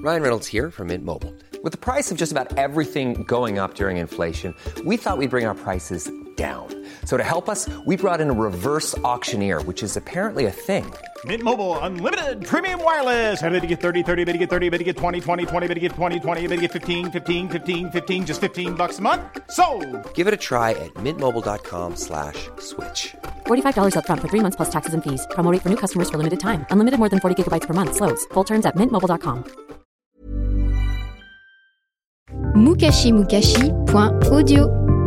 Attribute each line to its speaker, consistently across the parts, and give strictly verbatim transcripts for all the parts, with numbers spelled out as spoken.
Speaker 1: Ryan Reynolds here from Mint Mobile. With the price of just about everything going up during inflation, we thought we'd bring our prices down. So to help us, we brought in a reverse auctioneer, which is apparently a thing.
Speaker 2: Mint Mobile Unlimited Premium Wireless. How to get thirty, thirty, how to get thirty, how to get twenty, twenty, twenty, how to get twenty, twenty, how to get fifteen, fifteen, fifteen, fifteen, just fifteen bucks a month? Sold!
Speaker 1: Give it a try at mintmobile.com slash switch.
Speaker 3: forty-five dollars up front for three months plus taxes and fees. Promo rate for new customers for limited time. Unlimited more than forty gigabytes per month. Slows full terms at mint mobile dot com.
Speaker 4: mukashi mukashi point audio.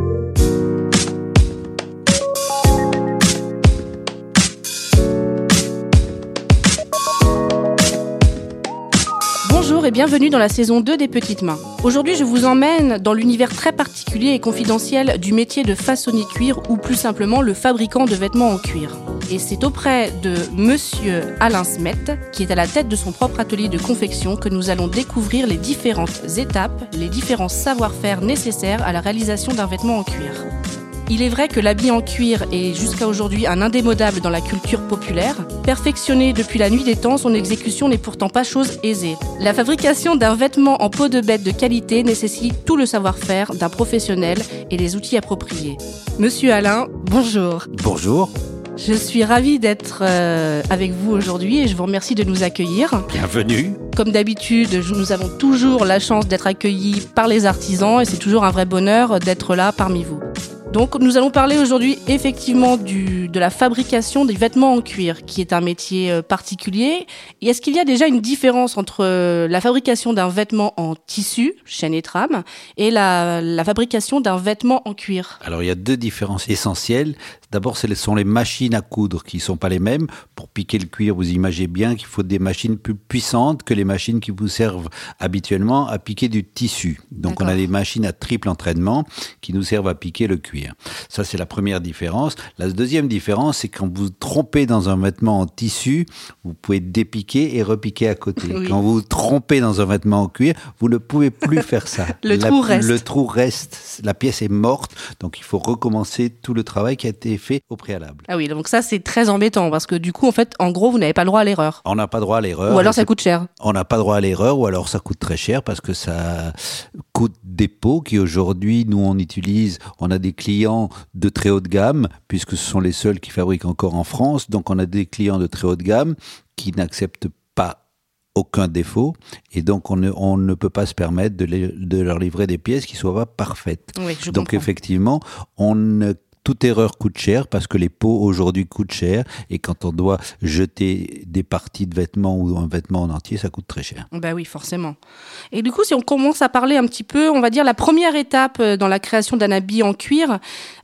Speaker 5: Bonjour et bienvenue dans la saison deux des Petites Mains. Aujourd'hui, je vous emmène dans l'univers très particulier et confidentiel du métier de façonnier cuir ou plus simplement le fabricant de vêtements en cuir. Et c'est auprès de Monsieur Alain Smet, qui est à la tête de son propre atelier de confection, que nous allons découvrir les différentes étapes, les différents savoir-faire nécessaires à la réalisation d'un vêtement en cuir. Il est vrai que l'habit en cuir est jusqu'à aujourd'hui un indémodable dans la culture populaire. Perfectionné depuis la nuit des temps, son exécution n'est pourtant pas chose aisée. La fabrication d'un vêtement en peau de bête de qualité nécessite tout le savoir-faire d'un professionnel et des outils appropriés. Monsieur Alain, bonjour.
Speaker 6: Bonjour.
Speaker 5: Je suis ravie d'être euh, avec vous aujourd'hui et je vous remercie de nous accueillir.
Speaker 6: Bienvenue. Comme
Speaker 5: d'habitude, nous avons toujours la chance d'être accueillis par les artisans et c'est toujours un vrai bonheur d'être là parmi vous. Donc nous allons parler aujourd'hui effectivement du, de la fabrication des vêtements en cuir, qui est un métier particulier. Et est-ce qu'il y a déjà une différence entre la fabrication d'un vêtement en tissu, chaîne et trame, et la, la fabrication d'un vêtement en cuir ?
Speaker 6: Alors il y a deux différences essentielles. D'abord, ce sont les machines à coudre qui ne sont pas les mêmes. Pour piquer le cuir, vous imaginez bien qu'il faut des machines plus puissantes que les machines qui vous servent habituellement à piquer du tissu. Donc D'accord. On a des machines à triple entraînement qui nous servent à piquer le cuir. Ça, c'est la première différence. La deuxième différence, c'est quand vous vous trompez dans un vêtement en tissu, vous pouvez dépiquer et repiquer à côté. Oui. Quand vous vous trompez dans un vêtement en cuir, vous ne pouvez plus faire ça.
Speaker 5: le
Speaker 6: la,
Speaker 5: trou reste.
Speaker 6: Le trou reste. La pièce est morte. Donc, il faut recommencer tout le travail qui a été fait au préalable.
Speaker 5: Ah oui, donc ça, c'est très embêtant parce que du coup, en fait, en gros, vous n'avez pas le droit à l'erreur.
Speaker 6: On n'a pas droit à l'erreur.
Speaker 5: Ou alors ça coûte cher.
Speaker 6: On n'a pas droit à l'erreur ou alors ça coûte très cher parce que ça coûte des pots qui aujourd'hui, nous, on utilise, on a des clients de très haut de gamme, puisque ce sont les seuls qui fabriquent encore en France. Donc, on a des clients de très haut de gamme qui n'acceptent pas aucun défaut. Et donc, on ne, on ne peut pas se permettre de, les, de leur livrer des pièces qui ne soient pas parfaites.
Speaker 5: Oui, je
Speaker 6: donc,
Speaker 5: comprends.
Speaker 6: effectivement, on ne toute erreur coûte cher parce que les pots aujourd'hui coûtent cher et quand on doit jeter des parties de vêtements ou un vêtement en entier, ça coûte très cher.
Speaker 5: Ben oui, forcément. Et du coup, si on commence à parler un petit peu, on va dire la première étape dans la création d'un habit en cuir,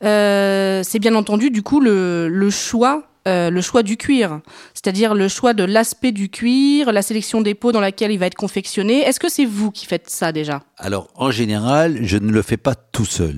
Speaker 5: euh, c'est bien entendu du coup le, le choix. Euh, le choix du cuir, c'est-à-dire le choix de l'aspect du cuir, la sélection des peaux dans laquelle il va être confectionné. Est-ce que c'est vous qui faites ça déjà ?
Speaker 6: Alors, en général, je ne le fais pas tout seul.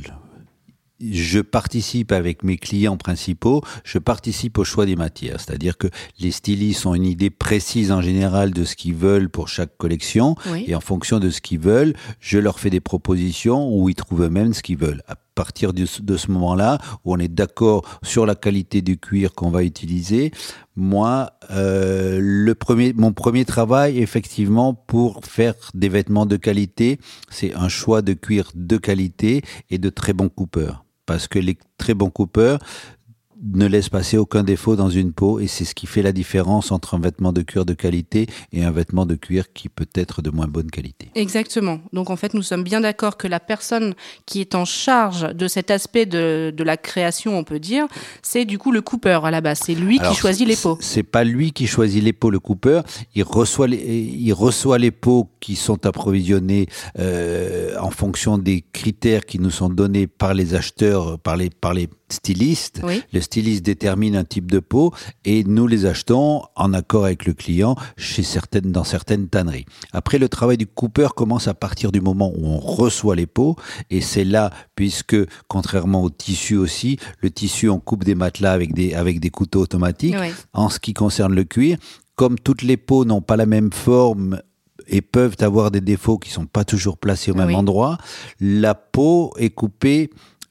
Speaker 6: Je participe avec mes clients principaux, je participe au choix des matières. C'est-à-dire que les stylistes ont une idée précise en général de ce qu'ils veulent pour chaque collection. Oui. Et en fonction de ce qu'ils veulent, je leur fais des propositions où ils trouvent eux-mêmes ce qu'ils veulent. À partir de ce moment-là, où on est d'accord sur la qualité du cuir qu'on va utiliser, moi, euh, le premier, mon premier travail, effectivement, pour faire des vêtements de qualité, c'est un choix de cuir de qualité et de très bons coupeurs. Parce que les très bons coupeurs ne laissent passer aucun défaut dans une peau et c'est ce qui fait la différence entre un vêtement de cuir de qualité et un vêtement de cuir qui peut être de moins bonne qualité.
Speaker 5: Exactement. Donc en fait, nous sommes bien d'accord que la personne qui est en charge de cet aspect de, de la création, on peut dire, c'est du coup le coupeur à la base. C'est lui Alors, qui choisit les peaux.
Speaker 6: C'est pas lui qui choisit les peaux, le coupeur. Il reçoit les, il reçoit les peaux qui sont approvisionnées euh, en fonction des critères qui nous sont donnés par les acheteurs, par les, par les stylistes. Oui. Le styliste détermine un type de peau et nous les achetons en accord avec le client chez certaines, dans certaines tanneries. Après, le travail du coupeur commence à partir du moment où on reçoit les peaux et c'est là, puisque contrairement au tissu aussi, le tissu on coupe des matelas avec des, avec des couteaux automatiques. Oui. En ce qui concerne le cuir, comme toutes les peaux n'ont pas la même forme et peuvent avoir des défauts qui sont pas toujours placés au même oui. endroit, la peau est coupée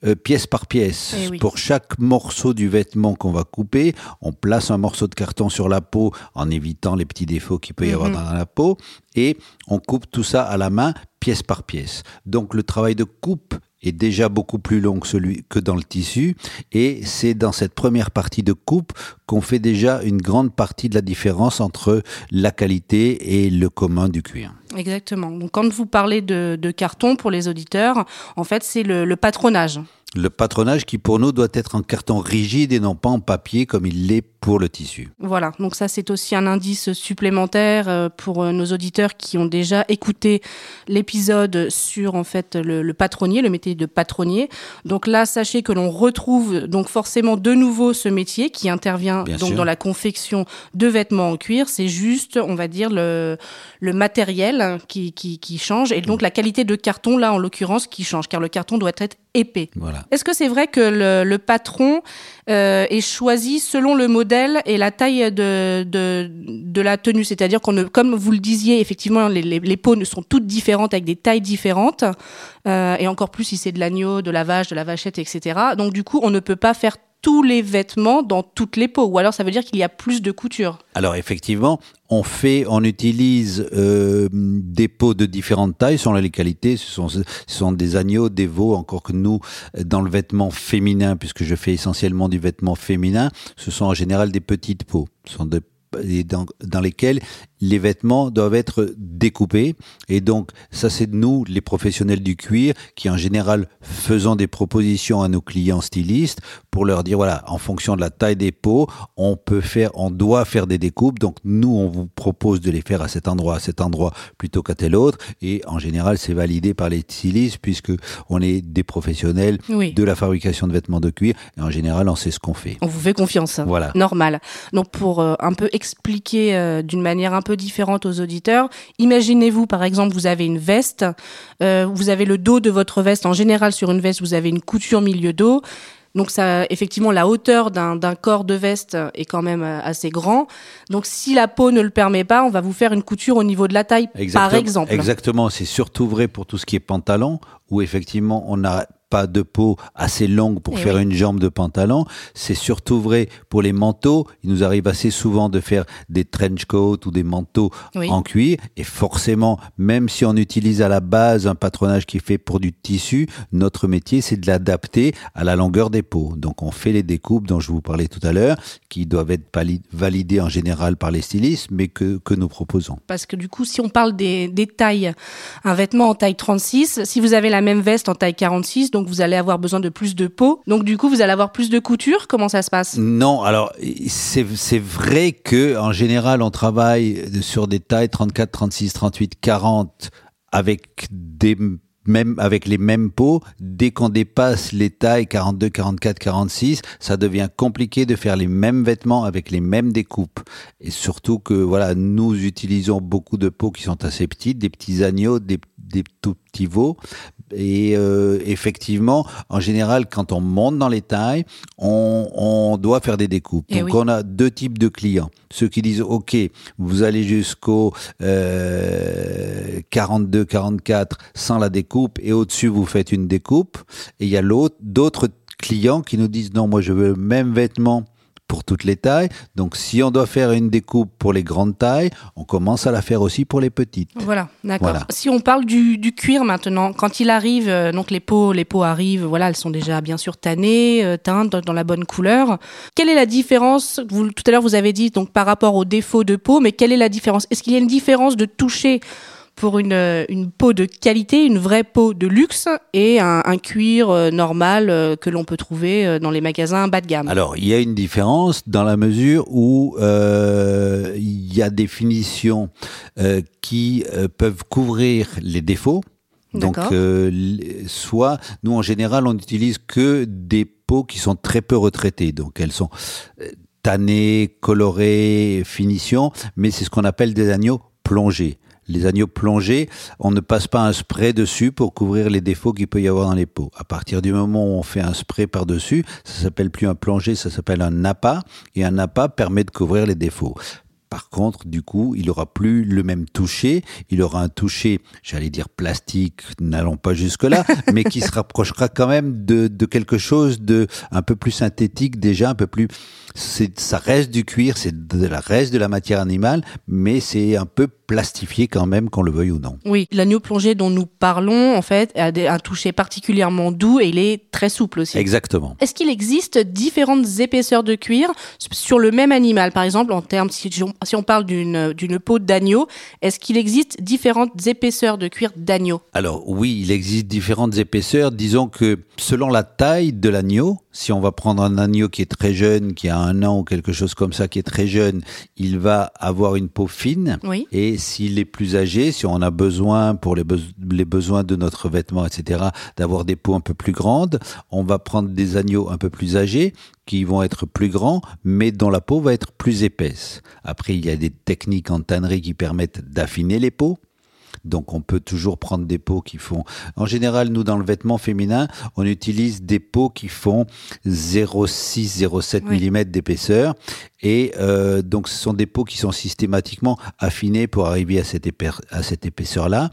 Speaker 6: euh, pièce par pièce.
Speaker 5: Eh oui.
Speaker 6: Pour chaque morceau du vêtement qu'on va couper, on place un morceau de carton sur la peau en évitant les petits défauts qu'il peut y avoir
Speaker 5: Mm-hmm.
Speaker 6: dans la peau et on coupe tout ça à la main, pièce par pièce. Donc le travail de coupe est déjà beaucoup plus long que celui que dans le tissu et c'est dans cette première partie de coupe qu'on fait déjà une grande partie de la différence entre la qualité et le commun du cuir.
Speaker 5: Exactement. Donc, quand vous parlez de, de carton pour les auditeurs, en fait, c'est le, le patronage.
Speaker 6: Le patronage qui pour nous doit être en carton rigide et non pas en papier comme il l'est pour le tissu.
Speaker 5: Voilà, donc ça c'est aussi un indice supplémentaire euh, pour euh, nos auditeurs qui ont déjà écouté l'épisode sur en fait le, le patronnier, le métier de patronnier. Donc là, sachez que l'on retrouve donc forcément de nouveau ce métier qui intervient
Speaker 6: Bien
Speaker 5: donc
Speaker 6: sûr.
Speaker 5: dans la confection de vêtements en cuir. C'est juste, on va dire, le, le matériel qui, qui, qui change et donc la qualité de carton là en l'occurrence qui change car le carton doit être épais.
Speaker 6: Voilà.
Speaker 5: Est-ce que c'est vrai que le, le patron euh, est choisi selon le modèle et la taille de, de, de la tenue? C'est-à-dire qu'on ne, comme vous le disiez, effectivement, les, les, les peaux sont toutes différentes avec des tailles différentes, euh, et encore plus si c'est de l'agneau, de la vache, de la vachette, et cetera. Donc du coup, on ne peut pas faire tous les vêtements dans toutes les peaux, ou alors ça veut dire qu'il y a plus de couture.
Speaker 6: Alors effectivement, on fait, on utilise euh, des peaux de différentes tailles selon les qualités. Ce sont, ce sont des agneaux, des veaux. Encore que nous, dans le vêtement féminin, puisque je fais essentiellement du vêtement féminin, ce sont en général des petites peaux. Ce sont des et dans, dans lesquels les vêtements doivent être découpés. Et donc, ça, c'est nous, les professionnels du cuir, qui en général faisons des propositions à nos clients stylistes pour leur dire, voilà, en fonction de la taille des peaux, on peut faire, on doit faire des découpes. Donc, nous, on vous propose de les faire à cet endroit, à cet endroit, plutôt qu'à tel autre. Et en général, c'est validé par les stylistes puisque on est des professionnels
Speaker 5: Oui.
Speaker 6: de la fabrication de vêtements de cuir. Et en général, on sait ce qu'on fait.
Speaker 5: On vous fait confiance.
Speaker 6: Voilà.
Speaker 5: Normal. Donc pour euh, un peu expliquer euh, d'une manière un peu différente aux auditeurs, imaginez-vous par exemple, vous avez une veste, euh, vous avez le dos de votre veste. En général, sur une veste, vous avez une couture milieu dos. Donc ça, effectivement, la hauteur d'un, d'un corps de veste est quand même euh, assez grand. Donc si la peau ne le permet pas, on va vous faire une couture au niveau de la taille,
Speaker 6: Exactement,
Speaker 5: par exemple.
Speaker 6: Exactement, c'est surtout vrai pour tout ce qui est pantalon, où effectivement on n'a pas de peau assez longue pour
Speaker 5: Eh
Speaker 6: faire
Speaker 5: oui.
Speaker 6: une jambe de pantalon. C'est surtout vrai pour les manteaux. Il nous arrive assez souvent de faire des trench coats ou des manteaux
Speaker 5: Oui.
Speaker 6: en cuir. Et forcément, même si on utilise à la base un patronage qui est fait pour du tissu, notre métier, c'est de l'adapter à la longueur des peaux. Donc on fait les découpes dont je vous parlais tout à l'heure, qui doivent être pali- validées en général par les stylistes, mais que, que nous proposons.
Speaker 5: Parce que du coup, si on parle des, des tailles, un vêtement en taille trente-six, si vous avez la même veste en taille quarante-six, donc vous allez avoir besoin de plus de peau. Donc du coup, vous allez avoir plus de couture. Comment ça se passe?
Speaker 6: Non, alors c'est c'est vrai que en général on travaille sur des tailles trente-quatre, trente-six, trente-huit, quarante avec des même avec les mêmes peaux. Dès qu'on dépasse les tailles quarante-deux, quarante-quatre, quarante-six, ça devient compliqué de faire les mêmes vêtements avec les mêmes découpes. Et surtout que voilà, nous utilisons beaucoup de peaux qui sont assez petites, des petits agneaux, des des tout petits veaux. Et euh, effectivement, en général, quand on monte dans les tailles, on, on doit faire des découpes.
Speaker 5: Eh
Speaker 6: Donc,
Speaker 5: oui.
Speaker 6: on a deux types de clients. Ceux qui disent, OK, vous allez jusqu'au euh, quarante-deux, quarante-quatre sans la découpe et au-dessus, vous faites une découpe. Et il y a l'autre, d'autres clients qui nous disent, non, moi, je veux le même vêtement pour toutes les tailles. Donc, si on doit faire une découpe pour les grandes tailles, on commence à la faire aussi pour les petites.
Speaker 5: Voilà, d'accord.
Speaker 6: Voilà.
Speaker 5: Si on parle du, du cuir maintenant, quand il arrive, euh, donc les peaux, les peaux arrivent, voilà, elles sont déjà bien sûr tannées, euh, teintes dans, dans la bonne couleur. Quelle est la différence? Vous, tout à l'heure, vous avez dit donc par rapport aux défauts de peau, mais quelle est la différence? Est-ce qu'il y a une différence de toucher pour une, une peau de qualité, une vraie peau de luxe et un, un cuir euh, normal euh, que l'on peut trouver euh, dans les magasins bas de gamme?
Speaker 6: Alors, il y a une différence dans la mesure où euh, il y a des finitions euh, qui euh, peuvent couvrir les défauts. Donc,
Speaker 5: D'accord.
Speaker 6: euh, l- soit, nous en général, on n'utilise que des peaux qui sont très peu retraitées. Donc, elles sont euh, tannées, colorées, finitions, mais c'est ce qu'on appelle des agneaux plongés. Les agneaux plongés, on ne passe pas un spray dessus pour couvrir les défauts qu'il peut y avoir dans les peaux. À partir du moment où on fait un spray par-dessus, ça s'appelle plus un plongé, ça s'appelle un appât. Et un appât permet de couvrir les défauts. Par contre, du coup, il aura plus le même toucher. Il aura un toucher, j'allais dire plastique, n'allons pas jusque-là, mais qui se rapprochera quand même de, de quelque chose de un peu plus synthétique déjà, un peu plus. C'est, ça reste du cuir, c'est de la reste de la matière animale, mais c'est un peu plastifié quand même, qu'on le veuille ou non.
Speaker 5: Oui, l'agneau plongé dont nous parlons, en fait, a des, un toucher particulièrement doux et il est très souple aussi.
Speaker 6: Exactement.
Speaker 5: Est-ce qu'il existe différentes épaisseurs de cuir sur le même animal? Par exemple, en termes, si on, si on parle d'une, d'une peau d'agneau, est-ce qu'il existe différentes épaisseurs de cuir d'agneau?
Speaker 6: Alors oui, il existe différentes épaisseurs. Disons que selon la taille de l'agneau, si on va prendre un agneau qui est très jeune, qui a un an ou quelque chose comme ça, qui est très jeune, il va avoir une peau fine.
Speaker 5: Oui.
Speaker 6: Et s'il est plus âgé, si on a besoin pour les, be- les besoins de notre vêtement, et cetera, d'avoir des peaux un peu plus grandes, on va prendre des agneaux un peu plus âgés qui vont être plus grands, mais dont la peau va être plus épaisse. Après, il y a des techniques en tannerie qui permettent d'affiner les peaux. Donc on peut toujours prendre des peaux qui font... En général, nous, dans le vêtement féminin, on utilise des peaux qui font zéro virgule six zéro virgule sept
Speaker 5: oui.
Speaker 6: millimètres d'épaisseur. Et euh, donc ce sont des peaux qui sont systématiquement affinées pour arriver à cette, épaire, à cette épaisseur-là.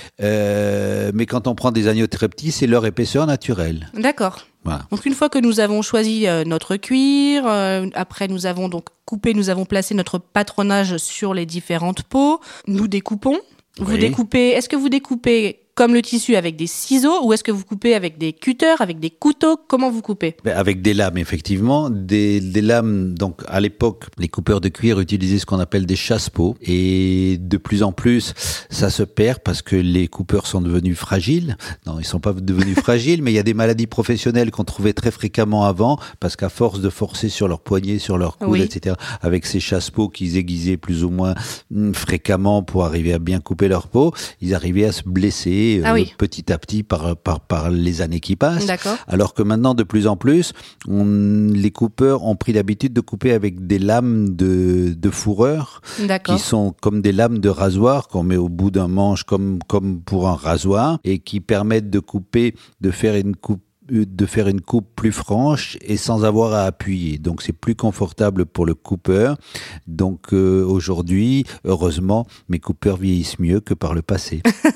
Speaker 6: Euh, mais quand on prend des agneaux très petits, c'est leur épaisseur naturelle.
Speaker 5: D'accord.
Speaker 6: Voilà.
Speaker 5: Donc une fois que nous avons choisi euh, notre cuir, euh, après nous avons donc coupé, nous avons placé notre patronage sur les différentes peaux, nous découpons. Vous
Speaker 6: Oui.
Speaker 5: découpez, est-ce que vous découpez comme le tissu avec des ciseaux ou est-ce que vous coupez avec des cutters, avec des couteaux? Comment vous coupez?
Speaker 6: Ben, avec des lames, effectivement. Des, des lames, donc à l'époque, les coupeurs de cuir utilisaient ce qu'on appelle des chasse-peaux. Et de plus en plus, ça se perd parce que les coupeurs sont devenus fragiles. Non, ils sont pas devenus fragiles, mais il y a des maladies professionnelles qu'on trouvait très fréquemment avant parce qu'à force de forcer sur leurs poignets, sur leurs coudes,
Speaker 5: Oui.
Speaker 6: et cetera, avec ces chasse-peaux qu'ils aiguisaient plus ou moins hum, fréquemment pour arriver à bien couper leur peau, ils arrivaient à se blesser
Speaker 5: Ah
Speaker 6: euh,
Speaker 5: oui.
Speaker 6: petit à petit par, par, par les années qui passent.
Speaker 5: D'accord.
Speaker 6: Alors que maintenant, de plus en plus, on, les coupeurs ont pris l'habitude de couper avec des lames de, de fourreur
Speaker 5: D'accord.
Speaker 6: qui sont comme des lames de rasoir qu'on met au bout d'un manche comme, comme pour un rasoir et qui permettent de couper, de faire une coupe de faire une coupe plus franche et sans avoir à appuyer. Donc c'est plus confortable pour le coupeur. Donc euh, aujourd'hui, heureusement, mes coupeurs vieillissent mieux que par le passé.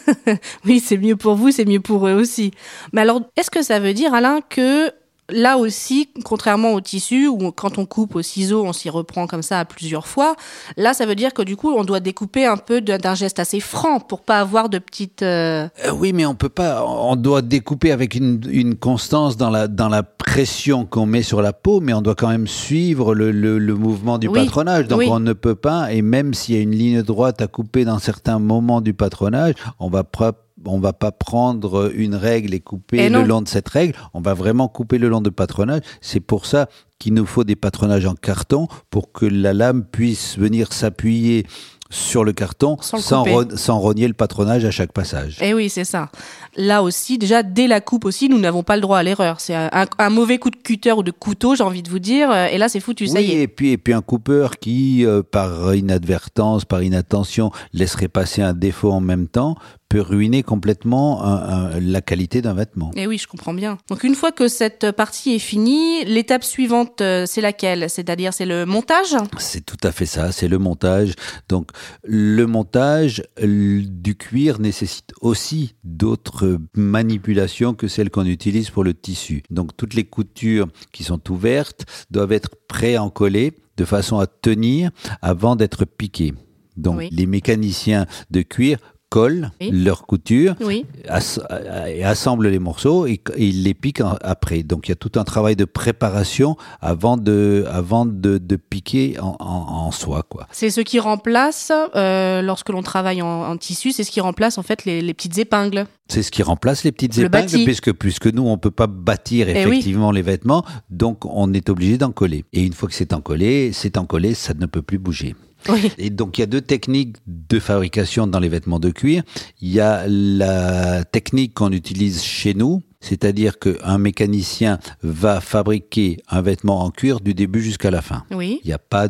Speaker 5: Oui, c'est mieux pour vous, c'est mieux pour eux aussi. Mais alors, est-ce que ça veut dire, Alain, que là aussi, contrairement au tissu, où quand on coupe au ciseau, on s'y reprend comme ça à plusieurs fois, là, ça veut dire que du coup, on doit découper un peu d'un geste assez franc pour pas avoir de petites... Euh...
Speaker 6: Euh, oui, mais on peut pas. On doit découper avec une, une constance dans la dans la pression qu'on met sur la peau, mais on doit quand même suivre le, le, le mouvement du
Speaker 5: Oui.
Speaker 6: patronage. Donc
Speaker 5: Oui.
Speaker 6: on ne peut pas. Et même s'il y a une ligne droite à couper dans certains moments du patronage, on va pas on va pas prendre une règle et couper
Speaker 5: Et
Speaker 6: le
Speaker 5: non.
Speaker 6: long de cette règle. On va vraiment couper le long du patronage. C'est pour ça qu'il nous faut des patronages en carton pour que la lame puisse venir s'appuyer sur le carton
Speaker 5: Sans le
Speaker 6: sans,
Speaker 5: couper.
Speaker 6: ro- sans rogner le patronage à chaque passage.
Speaker 5: Eh oui, c'est ça. Là aussi, déjà, dès la coupe aussi, nous n'avons pas le droit à l'erreur. C'est un, un- un mauvais coup de cutter ou de couteau, j'ai envie de vous dire, euh, et là, c'est foutu, ça
Speaker 6: Oui,
Speaker 5: y est.
Speaker 6: et puis, et puis un coupeur qui, euh, par inadvertance, par inattention, laisserait passer un défaut en même temps, peut ruiner complètement un- un- la qualité d'un vêtement.
Speaker 5: Eh oui, je comprends bien. Donc une fois que cette partie est finie, l'étape suivante, euh, c'est laquelle? C'est-à-dire, c'est le montage?
Speaker 6: C'est tout à fait ça, c'est le montage. Donc, le montage l- du cuir nécessite aussi d'autres manipulations que celles qu'on utilise pour le tissu. Donc, toutes les coutures qui sont ouvertes doivent être pré-encollées de façon à tenir avant d'être piquées. Donc,
Speaker 5: Oui.
Speaker 6: les mécaniciens de cuir collent
Speaker 5: Oui.
Speaker 6: leurs coutures
Speaker 5: Oui.
Speaker 6: as- et assemblent les morceaux et, et ils les piquent en- après. Donc il y a tout un travail de préparation avant de, avant de, de piquer en, en, en soie, quoi.
Speaker 5: C'est ce qui remplace, euh, lorsque l'on travaille en, en tissu, c'est ce qui remplace en fait les, les petites épingles.
Speaker 6: C'est ce qui remplace les petites
Speaker 5: Le
Speaker 6: épingles,
Speaker 5: bâti.
Speaker 6: puisque, puisque nous, on peut pas bâtir
Speaker 5: Eh oui.
Speaker 6: effectivement les vêtements, donc on est obligé d'en coller. Et une fois que c'est encollé, c'est encollé, ça ne peut plus bouger.
Speaker 5: Oui.
Speaker 6: Et donc, il y a deux techniques de fabrication dans les vêtements de cuir. Il y a la technique qu'on utilise chez nous, c'est-à-dire qu'un mécanicien va fabriquer un vêtement en cuir du début jusqu'à la fin.
Speaker 5: Oui.
Speaker 6: Il n'y a pas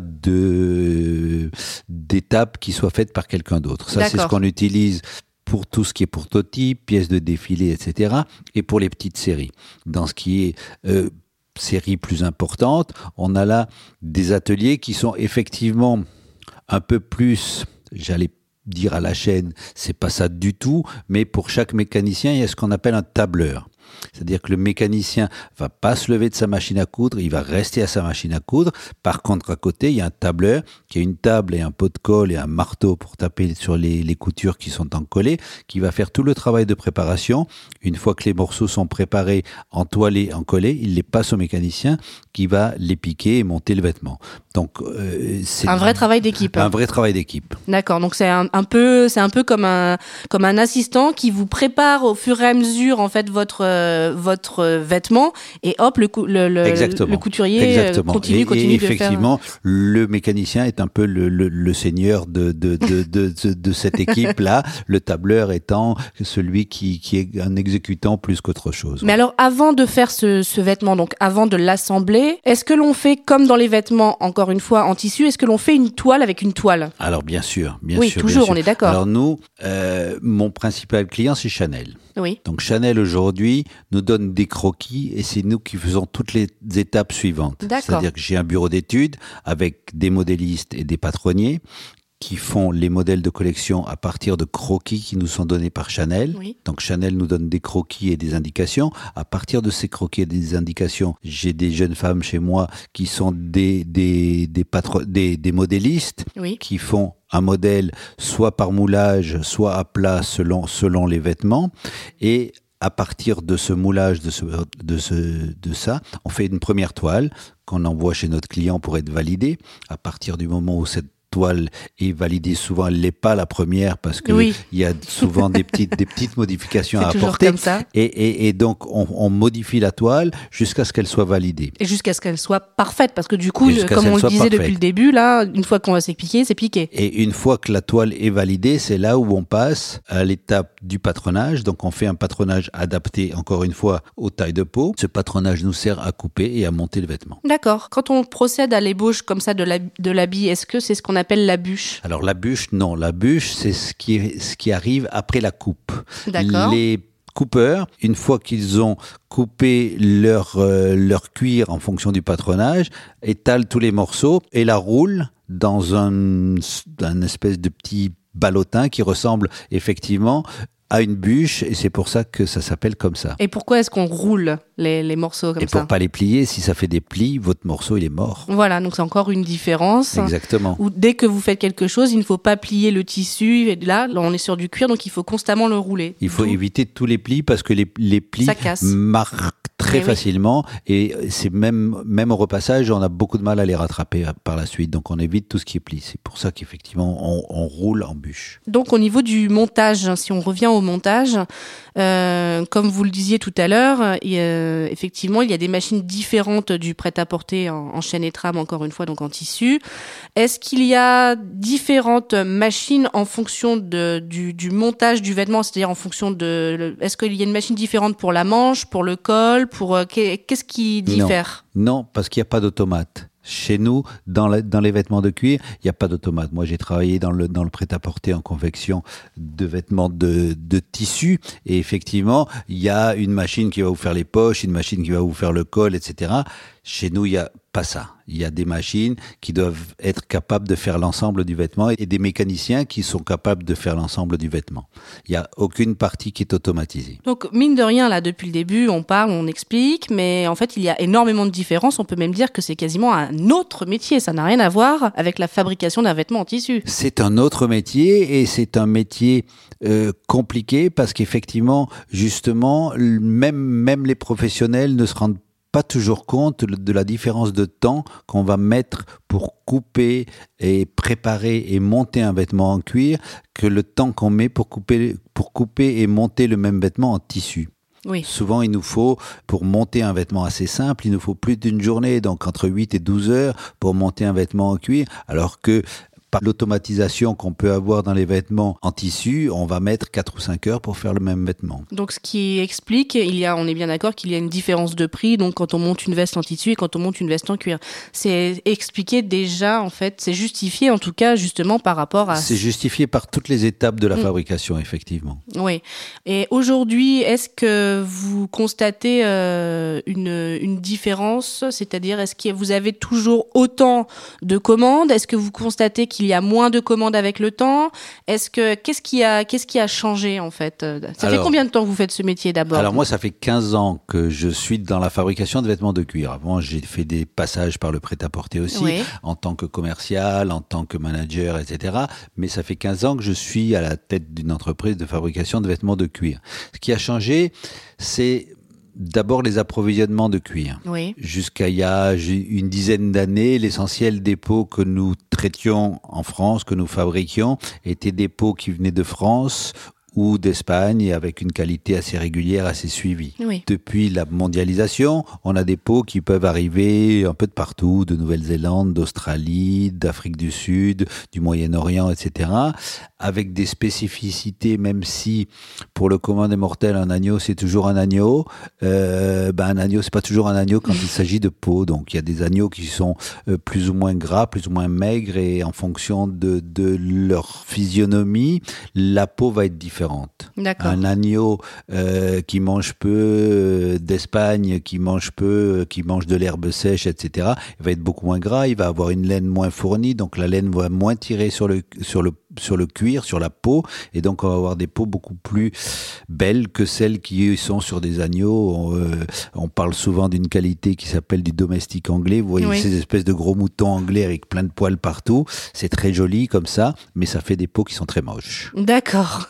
Speaker 6: de d'étape qui soit faite par quelqu'un d'autre. Ça, c'est ce
Speaker 5: D'accord.
Speaker 6: qu'on utilise pour tout ce qui est prototype, pièces de défilé, et cetera. Et pour les petites séries. Dans ce qui est euh, séries plus importantes, on a là des ateliers qui sont effectivement un peu plus, j'allais dire à la chaîne, c'est pas ça du tout, mais pour chaque mécanicien, il y a ce qu'on appelle un tableur. C'est-à-dire que le mécanicien va pas se lever de sa machine à coudre, il va rester à sa machine à coudre. Par contre, à côté, il y a un tableur qui a une table et un pot de colle et un marteau pour taper sur les, les coutures qui sont encollées, qui va faire tout le travail de préparation. Une fois que les morceaux sont préparés, entoilés, encollés, il les passe au mécanicien qui va les piquer et monter le vêtement. Donc, euh, c'est
Speaker 5: un vrai travail d'équipe.
Speaker 6: Un vrai travail d'équipe.
Speaker 5: D'accord. Donc c'est un, un peu, c'est un peu comme un, comme un assistant qui vous prépare au fur et à mesure en fait votre euh, votre vêtement et hop le le, le, le couturier
Speaker 6: Exactement.
Speaker 5: continue
Speaker 6: et,
Speaker 5: continue
Speaker 6: et
Speaker 5: de faire.
Speaker 6: Effectivement, le mécanicien est un peu le, le, le seigneur de de de de, de, de cette équipe là. Le tableur étant celui qui qui est un exécutant plus qu'autre chose.
Speaker 5: Mais alors avant de faire ce, ce vêtement, donc avant de l'assembler, est-ce que l'on fait comme dans les vêtements encore une fois en tissu, est-ce que l'on fait une toile avec une toile?
Speaker 6: Alors bien sûr, bien
Speaker 5: oui,
Speaker 6: sûr.
Speaker 5: Oui, toujours,
Speaker 6: bien sûr.
Speaker 5: on est d'accord.
Speaker 6: Alors nous, euh, mon principal client, c'est Chanel.
Speaker 5: Oui.
Speaker 6: Donc Chanel aujourd'hui nous donne des croquis et c'est nous qui faisons toutes les étapes suivantes.
Speaker 5: D'accord.
Speaker 6: C'est-à-dire que j'ai un bureau d'études avec des modélistes et des patronniers qui font les modèles de collection à partir de croquis qui nous sont donnés par Chanel.
Speaker 5: Oui.
Speaker 6: Donc Chanel nous donne des croquis et des indications. À partir de ces croquis et des indications, j'ai des jeunes femmes chez moi qui sont des des des patro- des, des modélistes
Speaker 5: oui.
Speaker 6: qui font un modèle soit par moulage, soit à plat selon selon les vêtements. Et à partir de ce moulage, de ce, de ce, de ça, on fait une première toile qu'on envoie chez notre client pour être validée. À partir du moment où cette toile est validée, souvent elle l'est pas la première parce que
Speaker 5: oui.
Speaker 6: il y a souvent des petites des petites modifications à apporter.
Speaker 5: Comme ça.
Speaker 6: Et, et, et donc on, on modifie la toile jusqu'à ce qu'elle soit validée.
Speaker 5: Et jusqu'à ce qu'elle soit parfaite, parce que du coup, comme on le disait parfaite. Depuis le début, là, une fois qu'on va s'épiquer, c'est piqué.
Speaker 6: Et une fois que la toile est validée, c'est là où on passe à l'étape du patronage. Donc on fait un patronage adapté, encore une fois, aux tailles de peau. Ce patronage nous sert à couper et à monter le vêtement.
Speaker 5: D'accord. Quand on procède à l'ébauche comme ça de l'habit, est-ce que c'est ce qu'on appelle la bûche?
Speaker 6: Alors la bûche, non. La bûche, c'est ce qui, est, ce qui arrive après la coupe.
Speaker 5: D'accord.
Speaker 6: Les coupeurs, une fois qu'ils ont coupé leur, euh, leur cuir en fonction du patronage, étalent tous les morceaux et la roulent dans un, un espèce de petit ballotin qui ressemble effectivement à une bûche, et c'est pour ça que ça s'appelle comme ça.
Speaker 5: Et pourquoi est-ce qu'on roule les, les morceaux comme ça?
Speaker 6: Et pour pas les plier, si ça fait des plis, votre morceau il est mort.
Speaker 5: Voilà, donc c'est encore une différence.
Speaker 6: Exactement.
Speaker 5: Où dès que vous faites quelque chose, il ne faut pas plier le tissu. Et là, là, on est sur du cuir, donc il faut constamment le rouler.
Speaker 6: Il faut D'où... éviter tous les plis parce que les, les plis marquent très et facilement oui. Et c'est même même au repassage, on a beaucoup de mal à les rattraper par la suite. Donc on évite tout ce qui est pli. C'est pour ça qu'effectivement on, on roule en bûche.
Speaker 5: Donc au niveau du montage, si on revient au montage, euh, comme vous le disiez tout à l'heure, euh, effectivement il y a des machines différentes du prêt-à-porter en, en chaîne et trame, encore une fois, donc en tissu. Est-ce qu'il y a différentes machines en fonction de, du, du montage du vêtement, c'est-à-dire en fonction de... Est-ce qu'il y a une machine différente pour la manche, pour le col, pour qu'est-ce qui diffère?
Speaker 6: Non, non, parce qu'il n'y a pas d'automate. Chez nous, dans, la, dans les vêtements de cuir, il n'y a pas d'automate. Moi, j'ai travaillé dans le, dans le prêt-à-porter en confection de vêtements de, de tissu. Et effectivement, il y a une machine qui va vous faire les poches, une machine qui va vous faire le col, et cetera. Chez nous, il n'y a pas ça. Il y a des machines qui doivent être capables de faire l'ensemble du vêtement et des mécaniciens qui sont capables de faire l'ensemble du vêtement. Il n'y a aucune partie qui est automatisée.
Speaker 5: Donc, mine de rien, là, depuis le début, on parle, on explique, mais en fait, il y a énormément de différences. On peut même dire que c'est quasiment un autre métier. Ça n'a rien à voir avec la fabrication d'un vêtement en tissu.
Speaker 6: C'est un autre métier et c'est un métier euh, compliqué parce qu'effectivement, justement, même, même les professionnels ne se rendent pas toujours compte de la différence de temps qu'on va mettre pour couper et préparer et monter un vêtement en cuir que le temps qu'on met pour couper, pour couper et monter le même vêtement en tissu.
Speaker 5: Oui.
Speaker 6: Souvent, il nous faut, pour monter un vêtement assez simple, il nous faut plus d'une journée, donc entre huit et douze heures pour monter un vêtement en cuir, alors que par l'automatisation qu'on peut avoir dans les vêtements en tissu, on va mettre quatre ou cinq heures pour faire le même vêtement.
Speaker 5: Donc, ce qui explique, il y a, on est bien d'accord qu'il y a une différence de prix, donc quand on monte une veste en tissu et quand on monte une veste en cuir. C'est expliqué déjà, en fait, c'est justifié, en tout cas, justement, par rapport à...
Speaker 6: C'est justifié par toutes les étapes de la mmh. fabrication, effectivement.
Speaker 5: Oui. Et aujourd'hui, est-ce que vous constatez euh, une, une différence? C'est-à-dire, est-ce que vous avez toujours autant de commandes? Est-ce que vous constatez qu'il qu'il y a moins de commandes avec le temps? Est-ce que qu'est-ce qui a qu'est-ce qui a changé en fait? Ça alors, fait combien de temps que vous faites ce métier d'abord?
Speaker 6: Alors moi, ça fait quinze ans que je suis dans la fabrication de vêtements de cuir. Avant, j'ai fait des passages par le prêt-à-porter aussi, oui. en tant que commercial, en tant que manager, et cetera. Mais ça fait quinze ans que je suis à la tête d'une entreprise de fabrication de vêtements de cuir. Ce qui a changé, c'est d'abord les approvisionnements de cuir.
Speaker 5: Oui.
Speaker 6: Jusqu'à il y a une dizaine d'années, l'essentiel des peaux que nous traitions en France, que nous fabriquions, étaient des peaux qui venaient de France ou d'Espagne et avec une qualité assez régulière, assez suivie.
Speaker 5: Oui.
Speaker 6: Depuis la mondialisation, on a des peaux qui peuvent arriver un peu de partout, de Nouvelle-Zélande, d'Australie, d'Afrique du Sud, du Moyen-Orient, et cetera, avec des spécificités, même si pour le commun des mortels, un agneau, c'est toujours un agneau, euh, ben un agneau, c'est pas toujours un agneau quand il s'agit de peau. Donc il y a des agneaux qui sont euh, plus ou moins gras, plus ou moins maigres, et en fonction de, de leur physionomie, la peau va être différente.
Speaker 5: D'accord.
Speaker 6: Un agneau euh, qui mange peu euh, d'Espagne, qui mange peu, euh, qui mange de l'herbe sèche, et cetera, il va être beaucoup moins gras, il va avoir une laine moins fournie, donc la laine va moins tirer sur le sur le sur le cuir, sur la peau, et donc on va avoir des peaux beaucoup plus belles que celles qui sont sur des agneaux. On, euh, on parle souvent d'une qualité qui s'appelle du domestique anglais. Vous voyez oui. ces espèces de gros moutons anglais avec plein de poils partout. C'est très joli comme ça, mais ça fait des peaux qui sont très moches.
Speaker 5: D'accord.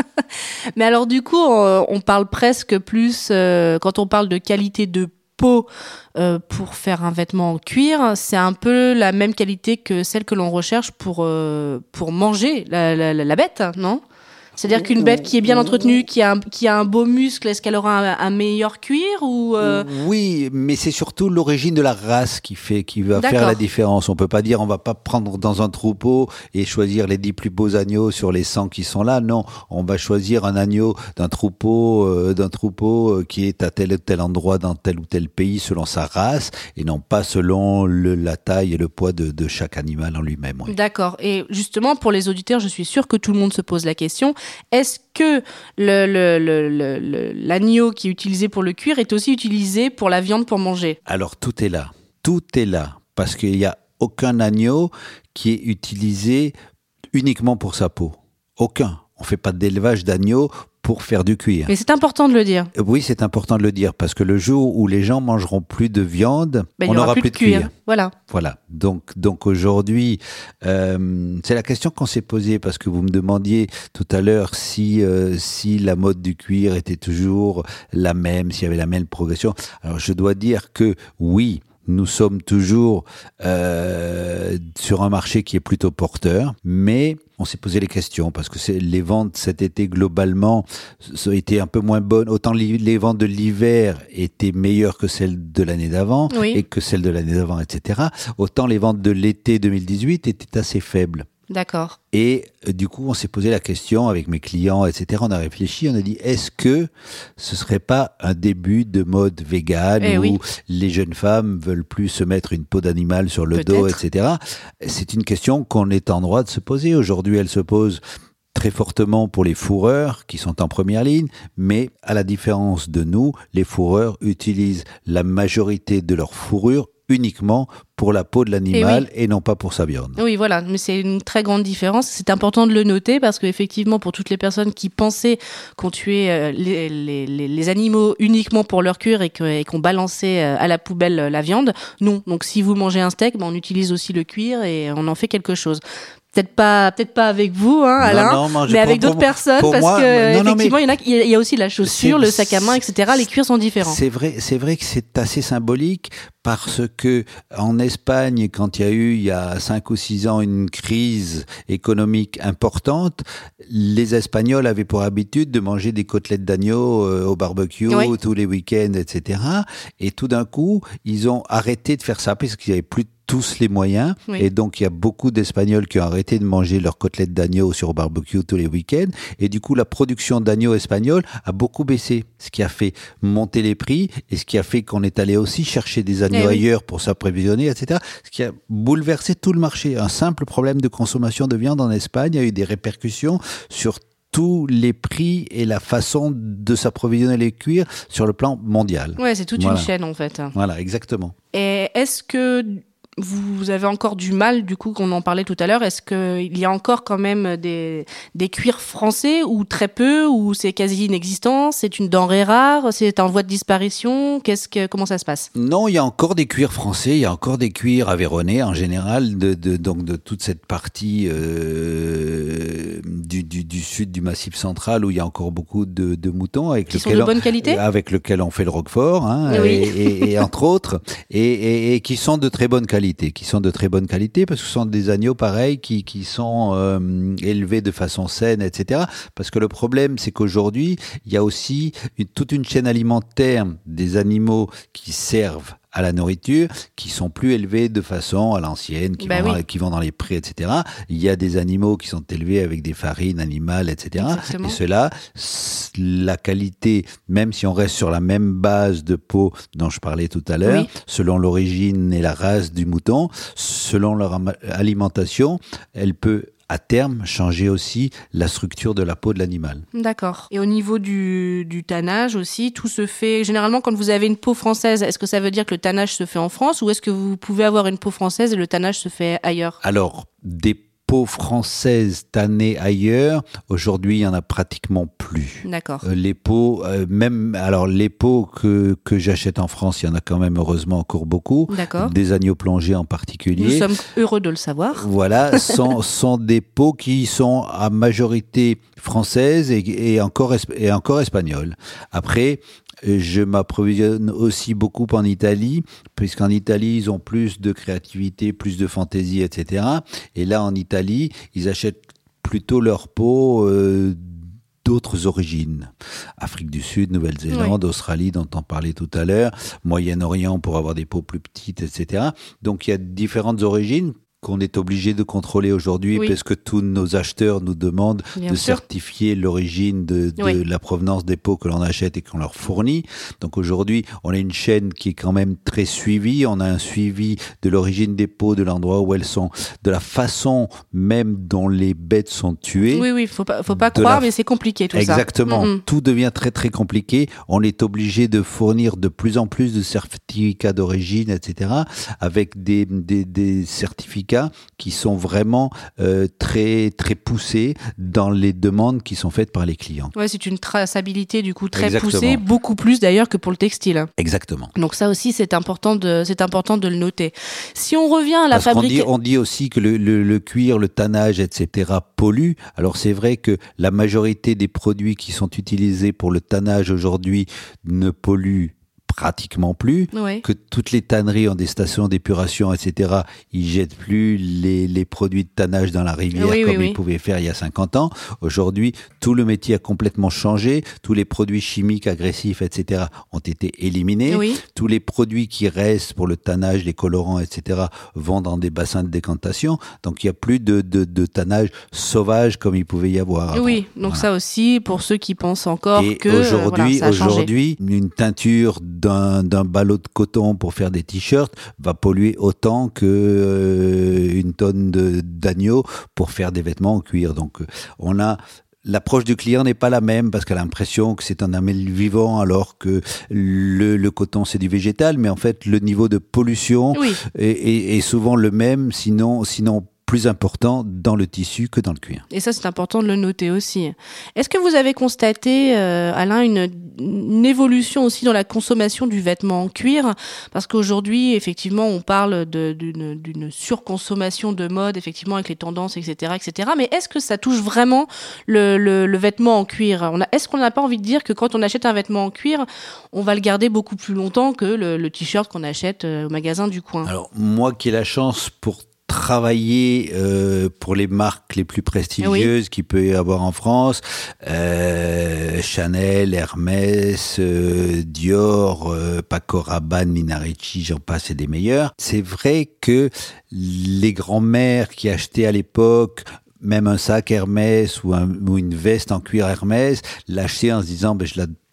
Speaker 5: Mais alors du coup, on, on parle presque plus, euh, quand on parle de qualité de peau euh, pour faire un vêtement en cuir, c'est un peu la même qualité que celle que l'on recherche pour, euh, pour manger la, la, la bête, non ? C'est-à-dire qu'une bête qui est bien entretenue, qui a un, qui a un beau muscle, est-ce qu'elle aura un, un meilleur cuir ou euh...
Speaker 6: Oui, mais c'est surtout l'origine de la race qui fait, qui va D'accord. faire la différence. On peut pas dire, on va pas prendre dans un troupeau et choisir les dix plus beaux agneaux sur les cent qui sont là. Non, on va choisir un agneau d'un troupeau, euh, d'un troupeau qui est à tel ou tel endroit dans tel ou tel pays selon sa race et non pas selon le, la taille et le poids de, de chaque animal en lui-même. Oui.
Speaker 5: D'accord. Et justement, pour les auditeurs, je suis sûre que tout le monde se pose la question. Est-ce que le, le, le, le, l'agneau qui est utilisé pour le cuir est aussi utilisé pour la viande pour manger ?
Speaker 6: Alors tout est là, tout est là, parce qu'il n'y a aucun agneau qui est utilisé uniquement pour sa peau. Aucun. On ne fait pas d'élevage d'agneaux pour faire du cuir.
Speaker 5: Mais c'est important de le dire.
Speaker 6: Oui, c'est important de le dire, parce que le jour où les gens mangeront plus de viande, ben, on n'aura plus, plus de cuir. cuir.
Speaker 5: Voilà.
Speaker 6: Voilà. Donc, donc aujourd'hui, euh, c'est la question qu'on s'est posée, parce que vous me demandiez tout à l'heure si, euh, si la mode du cuir était toujours la même, s'il y avait la même progression. Alors, je dois dire que oui, nous sommes toujours euh, sur un marché qui est plutôt porteur, mais on s'est posé les questions parce que c'est, les ventes cet été globalement ont été un peu moins bonnes. Autant li, les ventes de l'hiver étaient meilleures que celles de l'année d'avant
Speaker 5: oui.
Speaker 6: et que celles de l'année d'avant, et cetera. Autant les ventes de l'été deux mille dix-huit étaient assez faibles.
Speaker 5: D'accord.
Speaker 6: Et euh, du coup, on s'est posé la question avec mes clients, et cetera. On a réfléchi, on a dit, est-ce que ce serait pas un début de mode vegan
Speaker 5: eh
Speaker 6: où
Speaker 5: oui.
Speaker 6: les jeunes femmes veulent plus se mettre une peau d'animal sur le
Speaker 5: Peut-être.
Speaker 6: dos, et cetera. C'est une question qu'on est en droit de se poser. Aujourd'hui, elle se pose très fortement pour les fourreurs qui sont en première ligne, mais à la différence de nous, les fourreurs utilisent la majorité de leur fourrure uniquement pour la peau de l'animal et, oui. et non pas pour sa viande.
Speaker 5: Oui, voilà, mais c'est une très grande différence. C'est important de le noter parce qu'effectivement, pour toutes les personnes qui pensaient qu'on tuait les, les, les, les animaux uniquement pour leur cuir et, que, et qu'on balançait à la poubelle la viande, non. Donc si vous mangez un steak, ben, on utilise aussi le cuir et on en fait quelque chose. Peut-être pas, peut-être pas avec vous, hein, Alain,
Speaker 6: non, non,
Speaker 5: mais avec d'autres personnes, parce
Speaker 6: moi,
Speaker 5: que
Speaker 6: non,
Speaker 5: effectivement,
Speaker 6: non,
Speaker 5: il y en a, il y a aussi la chaussure, le sac à main, et cetera. Les cuirs sont différents.
Speaker 6: C'est vrai, c'est vrai que c'est assez symbolique parce que en Espagne, quand il y a eu il y a cinq ou six ans une crise économique importante, les Espagnols avaient pour habitude de manger des côtelettes d'agneau euh, au barbecue oui. tous les week-ends, et cetera. Et tout d'un coup, ils ont arrêté de faire ça parce qu'il y avait plus de tous les moyens oui. et donc il y a beaucoup d'Espagnols qui ont arrêté de manger leurs côtelettes d'agneau sur barbecue tous les week-ends et du coup la production d'agneau espagnol a beaucoup baissé, ce qui a fait monter les prix et ce qui a fait qu'on est allé aussi chercher des agneaux eh ailleurs oui. pour s'approvisionner, et cetera. Ce qui a bouleversé tout le marché. Un simple problème de consommation de viande en Espagne a eu des répercussions sur tous les prix et la façon de s'approvisionner les cuirs sur le plan mondial.
Speaker 5: Ouais, c'est toute
Speaker 6: voilà.
Speaker 5: une chaîne en fait.
Speaker 6: Voilà, exactement.
Speaker 5: Et est-ce que vous avez encore du mal, du coup, qu'on en parlait tout à l'heure. Est-ce qu'il y a encore quand même des, des cuirs français, ou très peu, ou c'est quasi inexistant? C'est une denrée rare? C'est en voie de disparition? Qu'est-ce que, comment ça se passe?
Speaker 6: Non, il y a encore des cuirs français, il y a encore des cuirs aveyronnais en général, de, de, donc de toute cette partie euh, du, du, du sud du Massif central où il y a encore beaucoup de, de moutons avec
Speaker 5: qui
Speaker 6: lequel
Speaker 5: sont de
Speaker 6: on,
Speaker 5: bonne qualité,
Speaker 6: avec lequel on fait le roquefort, hein,
Speaker 5: oui.
Speaker 6: et, et, et entre autres, et, et, et qui sont de très bonne qualité. qui sont de très bonne qualité parce que ce sont des agneaux pareils qui, qui sont euh, élevés de façon saine, et cetera. Parce que le problème, c'est qu'aujourd'hui, il y a aussi une, toute une chaîne alimentaire des animaux qui servent à la nourriture, qui sont plus élevés de façon à l'ancienne, qui,
Speaker 5: bah
Speaker 6: vont,
Speaker 5: oui.
Speaker 6: dans, qui vont dans les prés, et cetera. Il y a des animaux qui sont élevés avec des farines animales, et cetera.
Speaker 5: Exactement.
Speaker 6: Et cela, la qualité, même si on reste sur la même base de peau dont je parlais tout à l'heure, oui. selon l'origine et la race du mouton, selon leur alimentation, elle peut à terme, changer aussi la structure de la peau de l'animal.
Speaker 5: D'accord. Et au niveau du, du tannage aussi, tout se fait... Généralement, quand vous avez une peau française, est-ce que ça veut dire que le tannage se fait en France, ou est-ce que vous pouvez avoir une peau française et le tannage se fait ailleurs?
Speaker 6: Alors, des peaux françaises tannées ailleurs, aujourd'hui, il n'y en a pratiquement plus.
Speaker 5: D'accord.
Speaker 6: Euh, les peaux, euh, même... Alors, les peaux que, que j'achète en France, il y en a quand même heureusement encore beaucoup.
Speaker 5: D'accord.
Speaker 6: Des agneaux plongés en particulier.
Speaker 5: Nous sommes heureux de le savoir.
Speaker 6: Voilà, sont, sont des peaux qui sont à majorité françaises et, et, encore, et encore espagnoles. Après, je m'approvisionne aussi beaucoup en Italie, puisqu'en Italie, ils ont plus de créativité, plus de fantaisie, et cetera. Et là, en Italie, ils achètent plutôt leur peau euh, d'autres origines. Afrique du Sud, Nouvelle-Zélande, oui. Australie, dont on parlait tout à l'heure, Moyen-Orient pour avoir des peaux plus petites, et cetera. Donc, il y a différentes origines qu'on est obligé de contrôler aujourd'hui, oui. parce que tous nos acheteurs nous demandent Bien de sûr. certifier l'origine de, de oui. la provenance des peaux que l'on achète et qu'on leur fournit. Donc aujourd'hui, on a une chaîne qui est quand même très suivie. On a un suivi de l'origine des peaux, de l'endroit où elles sont, de la façon même dont les bêtes sont tuées.
Speaker 5: Oui, oui, faut pas, faut pas croire, la... mais c'est compliqué tout
Speaker 6: Exactement.
Speaker 5: ça.
Speaker 6: Exactement. Mm-hmm. Tout devient très, très compliqué. On est obligé de fournir de plus en plus de certificats d'origine, et cetera, avec des, des, des certificats qui sont vraiment euh, très très poussés dans les demandes qui sont faites par les clients.
Speaker 5: Ouais, c'est une traçabilité du coup très
Speaker 6: Exactement.
Speaker 5: poussée, beaucoup plus d'ailleurs que pour le textile.
Speaker 6: Exactement.
Speaker 5: Donc ça aussi c'est important de c'est important de le noter. Si on revient à la fabrication,
Speaker 6: on dit aussi que le, le, le cuir, le tannage, et cetera pollue. Alors c'est vrai que la majorité des produits qui sont utilisés pour le tannage aujourd'hui ne polluent pratiquement plus,
Speaker 5: oui.
Speaker 6: que toutes les tanneries ont des stations d'épuration, et cetera. Ils jettent plus les, les produits de tannage dans la rivière
Speaker 5: oui,
Speaker 6: comme
Speaker 5: oui,
Speaker 6: ils
Speaker 5: oui.
Speaker 6: pouvaient faire il y a cinquante ans. Aujourd'hui, tout le métier a complètement changé. Tous les produits chimiques agressifs, et cetera ont été éliminés.
Speaker 5: Oui.
Speaker 6: Tous les produits qui restent pour le tannage, les colorants, et cetera vont dans des bassins de décantation. Donc, il n'y a plus de, de, de tannage sauvage comme il pouvait y avoir avant.
Speaker 5: Oui, donc voilà. Ça aussi, pour ceux qui pensent encore
Speaker 6: Et
Speaker 5: que
Speaker 6: aujourd'hui,
Speaker 5: voilà, ça a changé.
Speaker 6: Aujourd'hui, une teinture d'un, d'un ballot de coton pour faire des t-shirts va polluer autant que euh, une tonne de, d'agneau pour faire des vêtements en cuir. Donc, on a l'approche du client n'est pas la même parce qu'elle a l'impression que c'est un animal vivant alors que le, le coton c'est du végétal, mais en fait le niveau de pollution
Speaker 5: oui.
Speaker 6: est, est, est souvent le même, sinon, sinon plus important dans le tissu que dans le cuir.
Speaker 5: Et ça, c'est important de le noter aussi. Est-ce que vous avez constaté, euh, Alain, une, une évolution aussi dans la consommation du vêtement en cuir ? Parce qu'aujourd'hui, effectivement, on parle de, d'une, d'une surconsommation de mode, effectivement, avec les tendances, et cetera, et cetera. Mais est-ce que ça touche vraiment le, le, le vêtement en cuir ? On a, est-ce qu'on n'a pas envie de dire que quand on achète un vêtement en cuir, on va le garder beaucoup plus longtemps que le, le t-shirt qu'on achète au magasin du coin ?
Speaker 6: Alors, moi qui ai la chance pour travailler euh, pour les marques les plus prestigieuses oui. qu'il peut y avoir en France, euh, Chanel, Hermès, euh, Dior, euh, Paco Rabanne, Nina Ricci, j'en passe, et des meilleurs. C'est vrai que les grands-mères qui achetaient à l'époque même un sac Hermès ou, un, ou une veste en cuir Hermès, l'achetaient en se disant ben, je la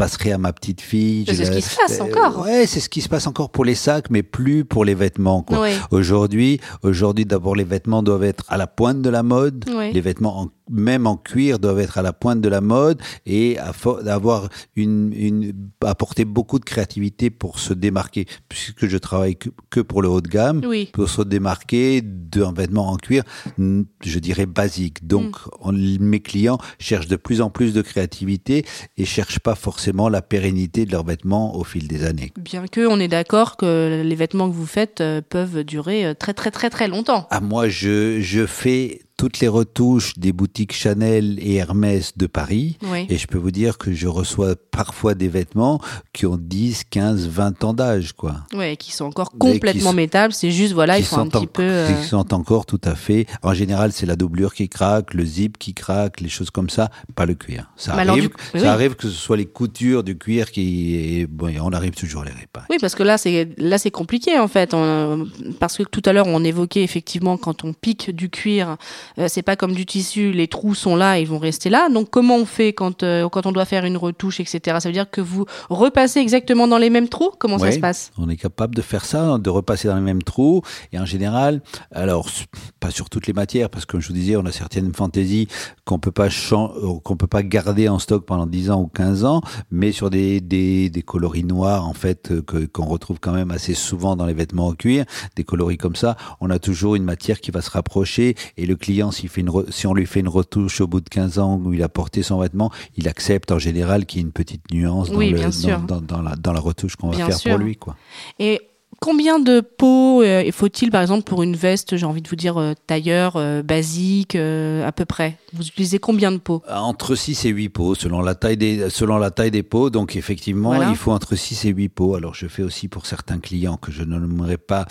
Speaker 6: passerai à ma petite fille.
Speaker 5: C'est
Speaker 6: je
Speaker 5: ce
Speaker 6: la...
Speaker 5: qui se passe
Speaker 6: euh,
Speaker 5: encore.
Speaker 6: Ouais, c'est ce qui se passe encore pour les sacs, mais plus pour les vêtements, quoi.
Speaker 5: Oui.
Speaker 6: Aujourd'hui, aujourd'hui, d'abord, les vêtements doivent être à la pointe de la mode.
Speaker 5: Oui.
Speaker 6: Les vêtements, en, même en cuir, doivent être à la pointe de la mode et à fo- avoir une, une, apporter beaucoup de créativité pour se démarquer, puisque je travaille que, que pour le haut de gamme,
Speaker 5: Oui.
Speaker 6: pour se démarquer d'un vêtement en cuir, je dirais basique. Donc, mm. on, mes clients cherchent de plus en plus de créativité et cherchent pas forcément la pérennité de leurs vêtements au fil des années.
Speaker 5: Bien que on est d'accord que les vêtements que vous faites euh, peuvent durer très très très très longtemps.
Speaker 6: Ah, moi, je, je fais toutes les retouches des boutiques Chanel et Hermès de Paris.
Speaker 5: Oui.
Speaker 6: Et je peux vous dire que je reçois parfois des vêtements qui ont dix, quinze, vingt ans d'âge, quoi.
Speaker 5: Ouais, qui sont encore complètement
Speaker 6: sont,
Speaker 5: métables. C'est juste, voilà, il faut un petit
Speaker 6: en,
Speaker 5: peu... Euh...
Speaker 6: Qui sont encore tout à fait... En général, c'est la doublure qui craque, le zip qui craque, les choses comme ça, pas le cuir. Ça,
Speaker 5: Mais
Speaker 6: arrive,
Speaker 5: du...
Speaker 6: ça
Speaker 5: oui.
Speaker 6: arrive que ce soit les coutures du cuir qui... Bon, on arrive toujours à les réparer.
Speaker 5: Oui, parce que là, c'est, là, c'est compliqué, en fait. On... Parce que tout à l'heure, on évoquait, effectivement, quand on pique du cuir, euh, c'est pas comme du tissu, les trous sont là, ils vont rester là. Donc, comment on fait quand, euh, quand on doit faire une retouche, et cetera. Ça veut dire que vous repassez exactement dans les mêmes trous? Comment
Speaker 6: ouais,
Speaker 5: ça se passe?
Speaker 6: On est capable de faire ça, de repasser dans les mêmes trous. Et en général, alors, pas sur toutes les matières, parce que comme je vous disais, on a certaines fantaisies qu'on peut pas chan- qu'on peut pas garder en stock pendant dix ans ou quinze ans, mais sur des, des, des coloris noirs, en fait, que, qu'on retrouve quand même assez souvent dans les vêtements en cuir, des coloris comme ça, on a toujours une matière qui va se rapprocher et le client, s'il fait une re- si on lui fait une retouche au bout de quinze ans où il a porté son vêtement, il accepte en général qu'il y ait une petite nuance dans,
Speaker 5: oui,
Speaker 6: le,
Speaker 5: bien
Speaker 6: dans,
Speaker 5: sûr.
Speaker 6: dans, dans, la, dans la retouche qu'on va
Speaker 5: bien
Speaker 6: faire
Speaker 5: sûr.
Speaker 6: pour lui, quoi.
Speaker 5: Et combien de peaux euh, faut-il, par exemple, pour une veste, j'ai envie de vous dire, euh, tailleur, euh, basique, euh, à peu près? Vous utilisez combien de peaux?
Speaker 6: Entre six et huit peaux, selon la taille des, selon la taille des peaux. Donc, effectivement,
Speaker 5: voilà.
Speaker 6: il faut entre six et huit peaux. Alors, je fais aussi pour certains clients que je ne nommerai pas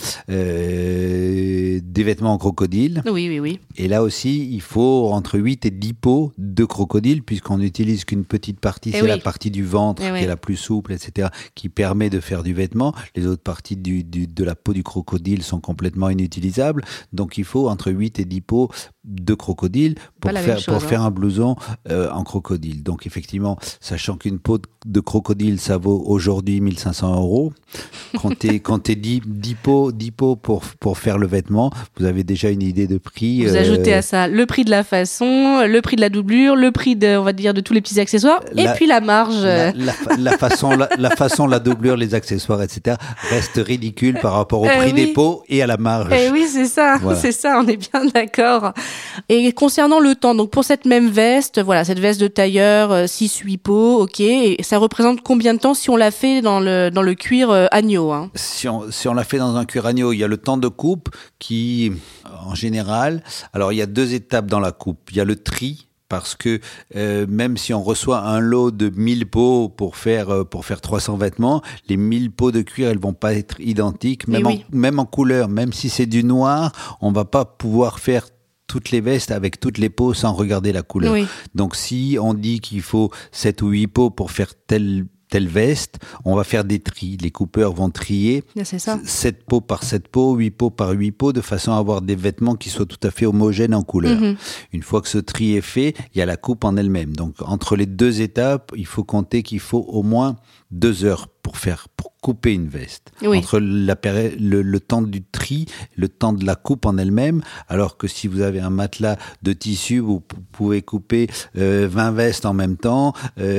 Speaker 6: euh, des vêtements en crocodile.
Speaker 5: Oui, oui, oui.
Speaker 6: Et là aussi, il faut entre huit et dix peaux de crocodile, puisqu'on n'utilise qu'une petite partie.
Speaker 5: Et
Speaker 6: c'est
Speaker 5: oui.
Speaker 6: la partie du ventre
Speaker 5: et
Speaker 6: qui
Speaker 5: oui.
Speaker 6: est la plus souple, et cetera, qui permet de faire du vêtement. Les autres parties du, du, de la peau du crocodile sont complètement inutilisables. Donc, il faut entre huit et dix peaux de crocodile pour faire,
Speaker 5: chose,
Speaker 6: pour
Speaker 5: hein.
Speaker 6: faire un blouson euh, en crocodile. Donc, effectivement, sachant qu'une peau de, de crocodile, ça vaut aujourd'hui mille cinq cents euros. Comptez, comptez dix, dix peaux, dix peaux pour, pour faire le vêtement. Vous avez déjà une idée de prix.
Speaker 5: Vous
Speaker 6: euh,
Speaker 5: ajoutez à ça le prix de la façon, le prix de la doublure, le prix de, on va dire, de tous les petits accessoires,
Speaker 6: La-
Speaker 5: et puis la marge.
Speaker 6: La, la, la façon, la, la façon, la doublure, les accessoires, et cetera, reste ridicule par rapport au
Speaker 5: Euh,
Speaker 6: prix
Speaker 5: oui.
Speaker 6: des peaux et à la marge.
Speaker 5: Eh oui, c'est ça,
Speaker 6: Voilà.
Speaker 5: c'est ça, on est bien d'accord. Et concernant le temps, donc pour cette même veste, voilà, cette veste de tailleur, euh, six huit peaux, ok, et ça représente combien de temps si on la fait dans le, dans le cuir euh, agneau, hein?
Speaker 6: Si on, si on la fait dans un cuir agneau, il y a le temps de coupe qui, en général, alors il y a deux étapes dans la coupe. Il y a le tri, parce que euh, même si on reçoit un lot de mille peaux pour faire euh, pour faire trois cents vêtements, les mille peaux de cuir, elles vont pas être identiques, même,
Speaker 5: oui.
Speaker 6: en, même en couleur, même si c'est du noir, on va pas pouvoir faire toutes les vestes avec toutes les peaux sans regarder la couleur.
Speaker 5: Oui.
Speaker 6: Donc si on dit qu'il faut sept ou huit peaux pour faire telle telle veste, on va faire des tris. Les coupeurs vont trier
Speaker 5: C'est ça.
Speaker 6: sept peaux par sept peaux, huit peaux par huit peaux, de façon à avoir des vêtements qui soient tout à fait homogènes en couleur.
Speaker 5: Mhm.
Speaker 6: Une fois que ce tri est fait, il y a la coupe en elle-même. Donc entre les deux étapes, il faut compter qu'il faut au moins deux heures pour faire pour couper une veste.
Speaker 5: Oui.
Speaker 6: Entre la péri- le, le temps du tri, le temps de la coupe en elle-même, alors que si vous avez un matelas de tissu, vous p- pouvez couper euh, vingt vestes en même temps,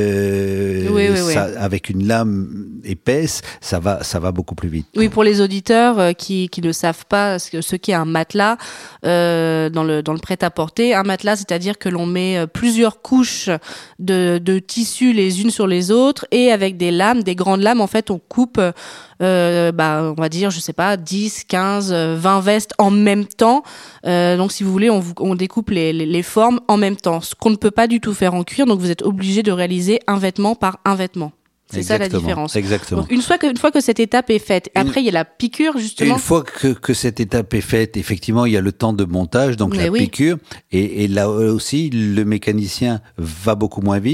Speaker 6: euh,
Speaker 5: Oui, oui, oui.
Speaker 6: ça, avec une lame épaisse, ça va, ça va beaucoup plus vite.
Speaker 5: Oui, pour les auditeurs euh, qui, qui ne savent pas ce, que- ce qu'est un matelas euh, dans le dans le prêt-à-porter, un matelas, c'est-à-dire que l'on met euh, plusieurs couches de, de tissus les unes sur les autres et avec des lames, des grandes lames, en fait, on coupe, euh, bah, on va dire, je sais pas, dix, quinze, vingt vestes en même temps. Euh, donc, si vous voulez, on, vous- on découpe les, les, les formes en même temps, ce qu'on ne peut pas du tout faire en cuir. Donc, vous êtes obligé de réaliser un vêtement par un vêtement. C'est ça la
Speaker 6: Exactement,
Speaker 5: différence.
Speaker 6: Exactement.
Speaker 5: Donc, une fois que, une fois que cette étape est faite,
Speaker 6: Une-
Speaker 5: après il y a la piqûre
Speaker 6: Et
Speaker 5: justement.
Speaker 6: une fois que, que cette étape est faite, effectivement, il y a le temps de montage, donc
Speaker 5: Mais
Speaker 6: la
Speaker 5: oui.
Speaker 6: piqûre. Et, et là aussi, le mécanicien va beaucoup moins vite.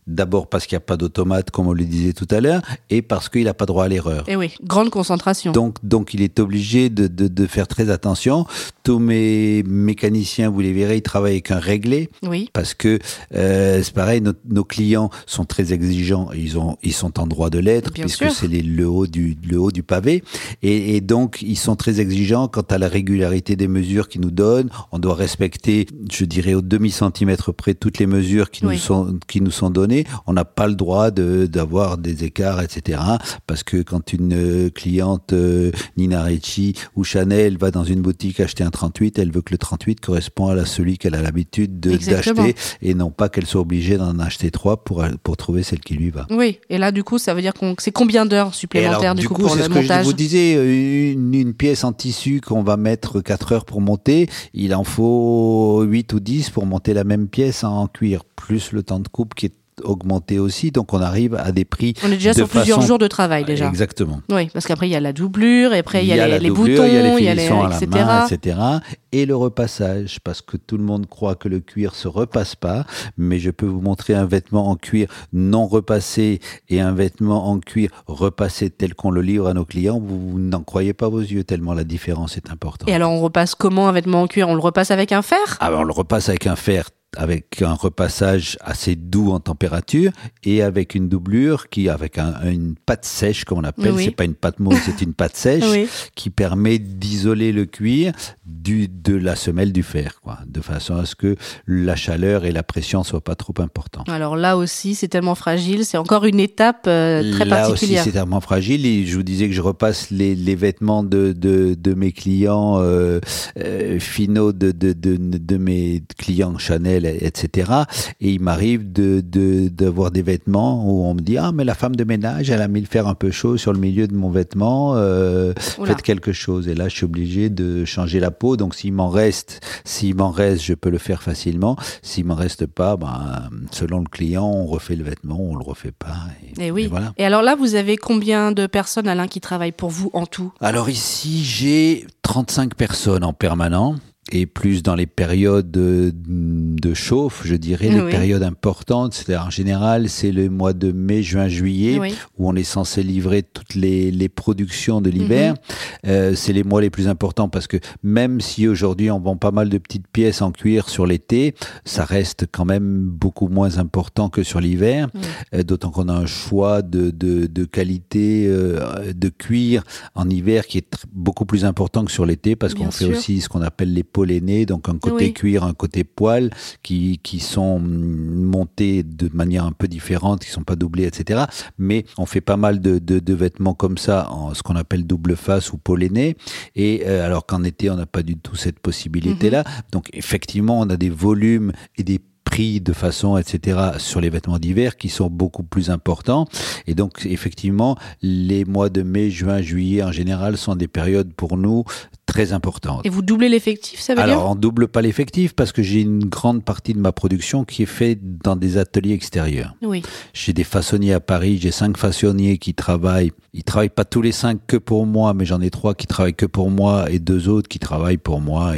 Speaker 6: D'abord parce qu'il n'y a pas d'automate, comme on le disait tout à l'heure, et parce qu'il n'a pas droit à l'erreur.
Speaker 5: Et oui, grande concentration.
Speaker 6: Donc, donc il est obligé de, de, de faire très attention. Tous mes mécaniciens, vous les verrez, ils travaillent avec un réglé.
Speaker 5: Oui.
Speaker 6: Parce que euh, c'est pareil, nos, nos clients sont très exigeants. Ils ont, ils sont en droit de l'être,
Speaker 5: Bien
Speaker 6: puisque
Speaker 5: sûr.
Speaker 6: c'est les, le haut du, le haut du pavé. Et, et donc, ils sont très exigeants quant à la régularité des mesures qu'ils nous donnent. On doit respecter, je dirais, au demi-centimètre près toutes les mesures qui
Speaker 5: Oui.
Speaker 6: nous sont, qui nous sont données. On n'a pas le droit de, d'avoir des écarts, et cetera. Parce que quand une cliente euh, Nina Ricci ou Chanel va dans une boutique acheter un trente-huit, elle veut que le trente-huit correspond à celui qu'elle a l'habitude de,
Speaker 5: Exactement.
Speaker 6: d'acheter et non pas qu'elle soit obligée d'en acheter trois pour, pour trouver celle qui lui va.
Speaker 5: Oui, et là, du coup, ça veut dire qu'on c'est combien d'heures
Speaker 6: Et
Speaker 5: supplémentaires
Speaker 6: alors,
Speaker 5: du,
Speaker 6: du
Speaker 5: coup,
Speaker 6: coup,
Speaker 5: pour
Speaker 6: c'est
Speaker 5: le
Speaker 6: ce que
Speaker 5: montage?
Speaker 6: je vous disais, une, une pièce en tissu qu'on va mettre quatre heures pour monter, il en faut huit ou dix pour monter la même pièce en cuir, plus le temps de coupe qui est augmenté aussi, donc on arrive à des prix
Speaker 5: On est déjà
Speaker 6: de
Speaker 5: sur plusieurs
Speaker 6: façon-
Speaker 5: jours de travail déjà.
Speaker 6: Exactement.
Speaker 5: Oui, parce qu'après il y a la doublure, et après il y a, les,
Speaker 6: la
Speaker 5: les
Speaker 6: doublure,
Speaker 5: boutons,
Speaker 6: il y a les
Speaker 5: il y a les,
Speaker 6: finissons à la
Speaker 5: et cetera.
Speaker 6: main, et cetera. Et le repassage, parce que tout le monde croit que le cuir se repasse pas, mais je peux vous montrer un vêtement en cuir non repassé et un vêtement en cuir repassé tel qu'on le livre à nos clients. Vous n'en croyez pas vos yeux tellement la différence est importante.
Speaker 5: Et alors on repasse comment un vêtement en cuir? On le repasse avec un fer?
Speaker 6: Alors, on le repasse avec un fer, avec un repassage assez doux en température et avec une doublure qui, avec un, une pâte sèche, comme on appelle,
Speaker 5: Oui.
Speaker 6: c'est pas une pâte mousse, c'est une pâte sèche
Speaker 5: Oui.
Speaker 6: qui permet d'isoler le cuir du, de la semelle du fer, quoi, de façon à ce que la chaleur et la pression soient pas trop importantes.
Speaker 5: Alors là aussi, c'est tellement fragile, c'est encore une étape euh, très
Speaker 6: Là
Speaker 5: particulière.
Speaker 6: aussi, c'est tellement fragile. Et je vous disais que je repasse les, les vêtements de, de, de mes clients euh, euh, finaux, de, de, de, de mes clients Chanel, et cetera. Et il m'arrive de, de, d'avoir des vêtements où on me dit « Ah, mais la femme de ménage, elle a mis le fer un peu chaud sur le milieu de mon vêtement. Euh,
Speaker 5: Oula.
Speaker 6: faites quelque chose. » Et là, je suis obligé de changer la peau. Donc, s'il m'en reste, s'il m'en reste, je peux le faire facilement. S'il m'en reste pas, ben, selon le client, on refait le vêtement, on le refait pas. Et,
Speaker 5: Et oui.
Speaker 6: et voilà.
Speaker 5: Et alors là, vous avez combien de personnes, Alain, qui travaillent pour vous en tout?
Speaker 6: Alors ici, j'ai trente-cinq personnes en permanent. Et plus dans les périodes de, de chauffe, je dirais, les
Speaker 5: Oui.
Speaker 6: périodes importantes. C'est-à-dire, en général, c'est le mois de mai, juin, juillet,
Speaker 5: Oui.
Speaker 6: où on est censé livrer toutes les, les productions de l'hiver.
Speaker 5: Mm-hmm.
Speaker 6: Euh, c'est les mois les plus importants parce que même si aujourd'hui on vend pas mal de petites pièces en cuir sur l'été, ça reste quand même beaucoup moins important que sur l'hiver.
Speaker 5: Oui.
Speaker 6: Euh, d'autant qu'on a un choix de, de, de qualité euh, de cuir en hiver qui est tr- beaucoup plus important que sur l'été parce
Speaker 5: Bien
Speaker 6: qu'on fait
Speaker 5: sûr.
Speaker 6: aussi ce qu'on appelle les pollénés, donc un côté
Speaker 5: Oui.
Speaker 6: cuir, un côté poil, qui, qui sont mm, montés de manière un peu différente, qui sont pas doublés, et cetera. Mais on fait pas mal de, de, de vêtements comme ça, en ce qu'on appelle double face ou polléné. Et euh, alors qu'en été, on n'a pas du tout cette possibilité-là. Donc effectivement, on a des volumes et des prix de façon, et cetera, sur les vêtements d'hiver qui sont beaucoup plus importants. Et donc, effectivement, les mois de mai, juin, juillet, en général, sont des périodes pour nous très importantes.
Speaker 5: Et vous doublez l'effectif, ça veut
Speaker 6: Alors,
Speaker 5: dire?
Speaker 6: on double pas l'effectif parce que j'ai une grande partie de ma production qui est faite dans des ateliers extérieurs.
Speaker 5: Oui.
Speaker 6: J'ai des façonniers à Paris, j'ai cinq façonniers qui travaillent. Ils travaillent pas tous les cinq que pour moi, mais j'en ai trois qui travaillent que pour moi et deux autres qui travaillent pour moi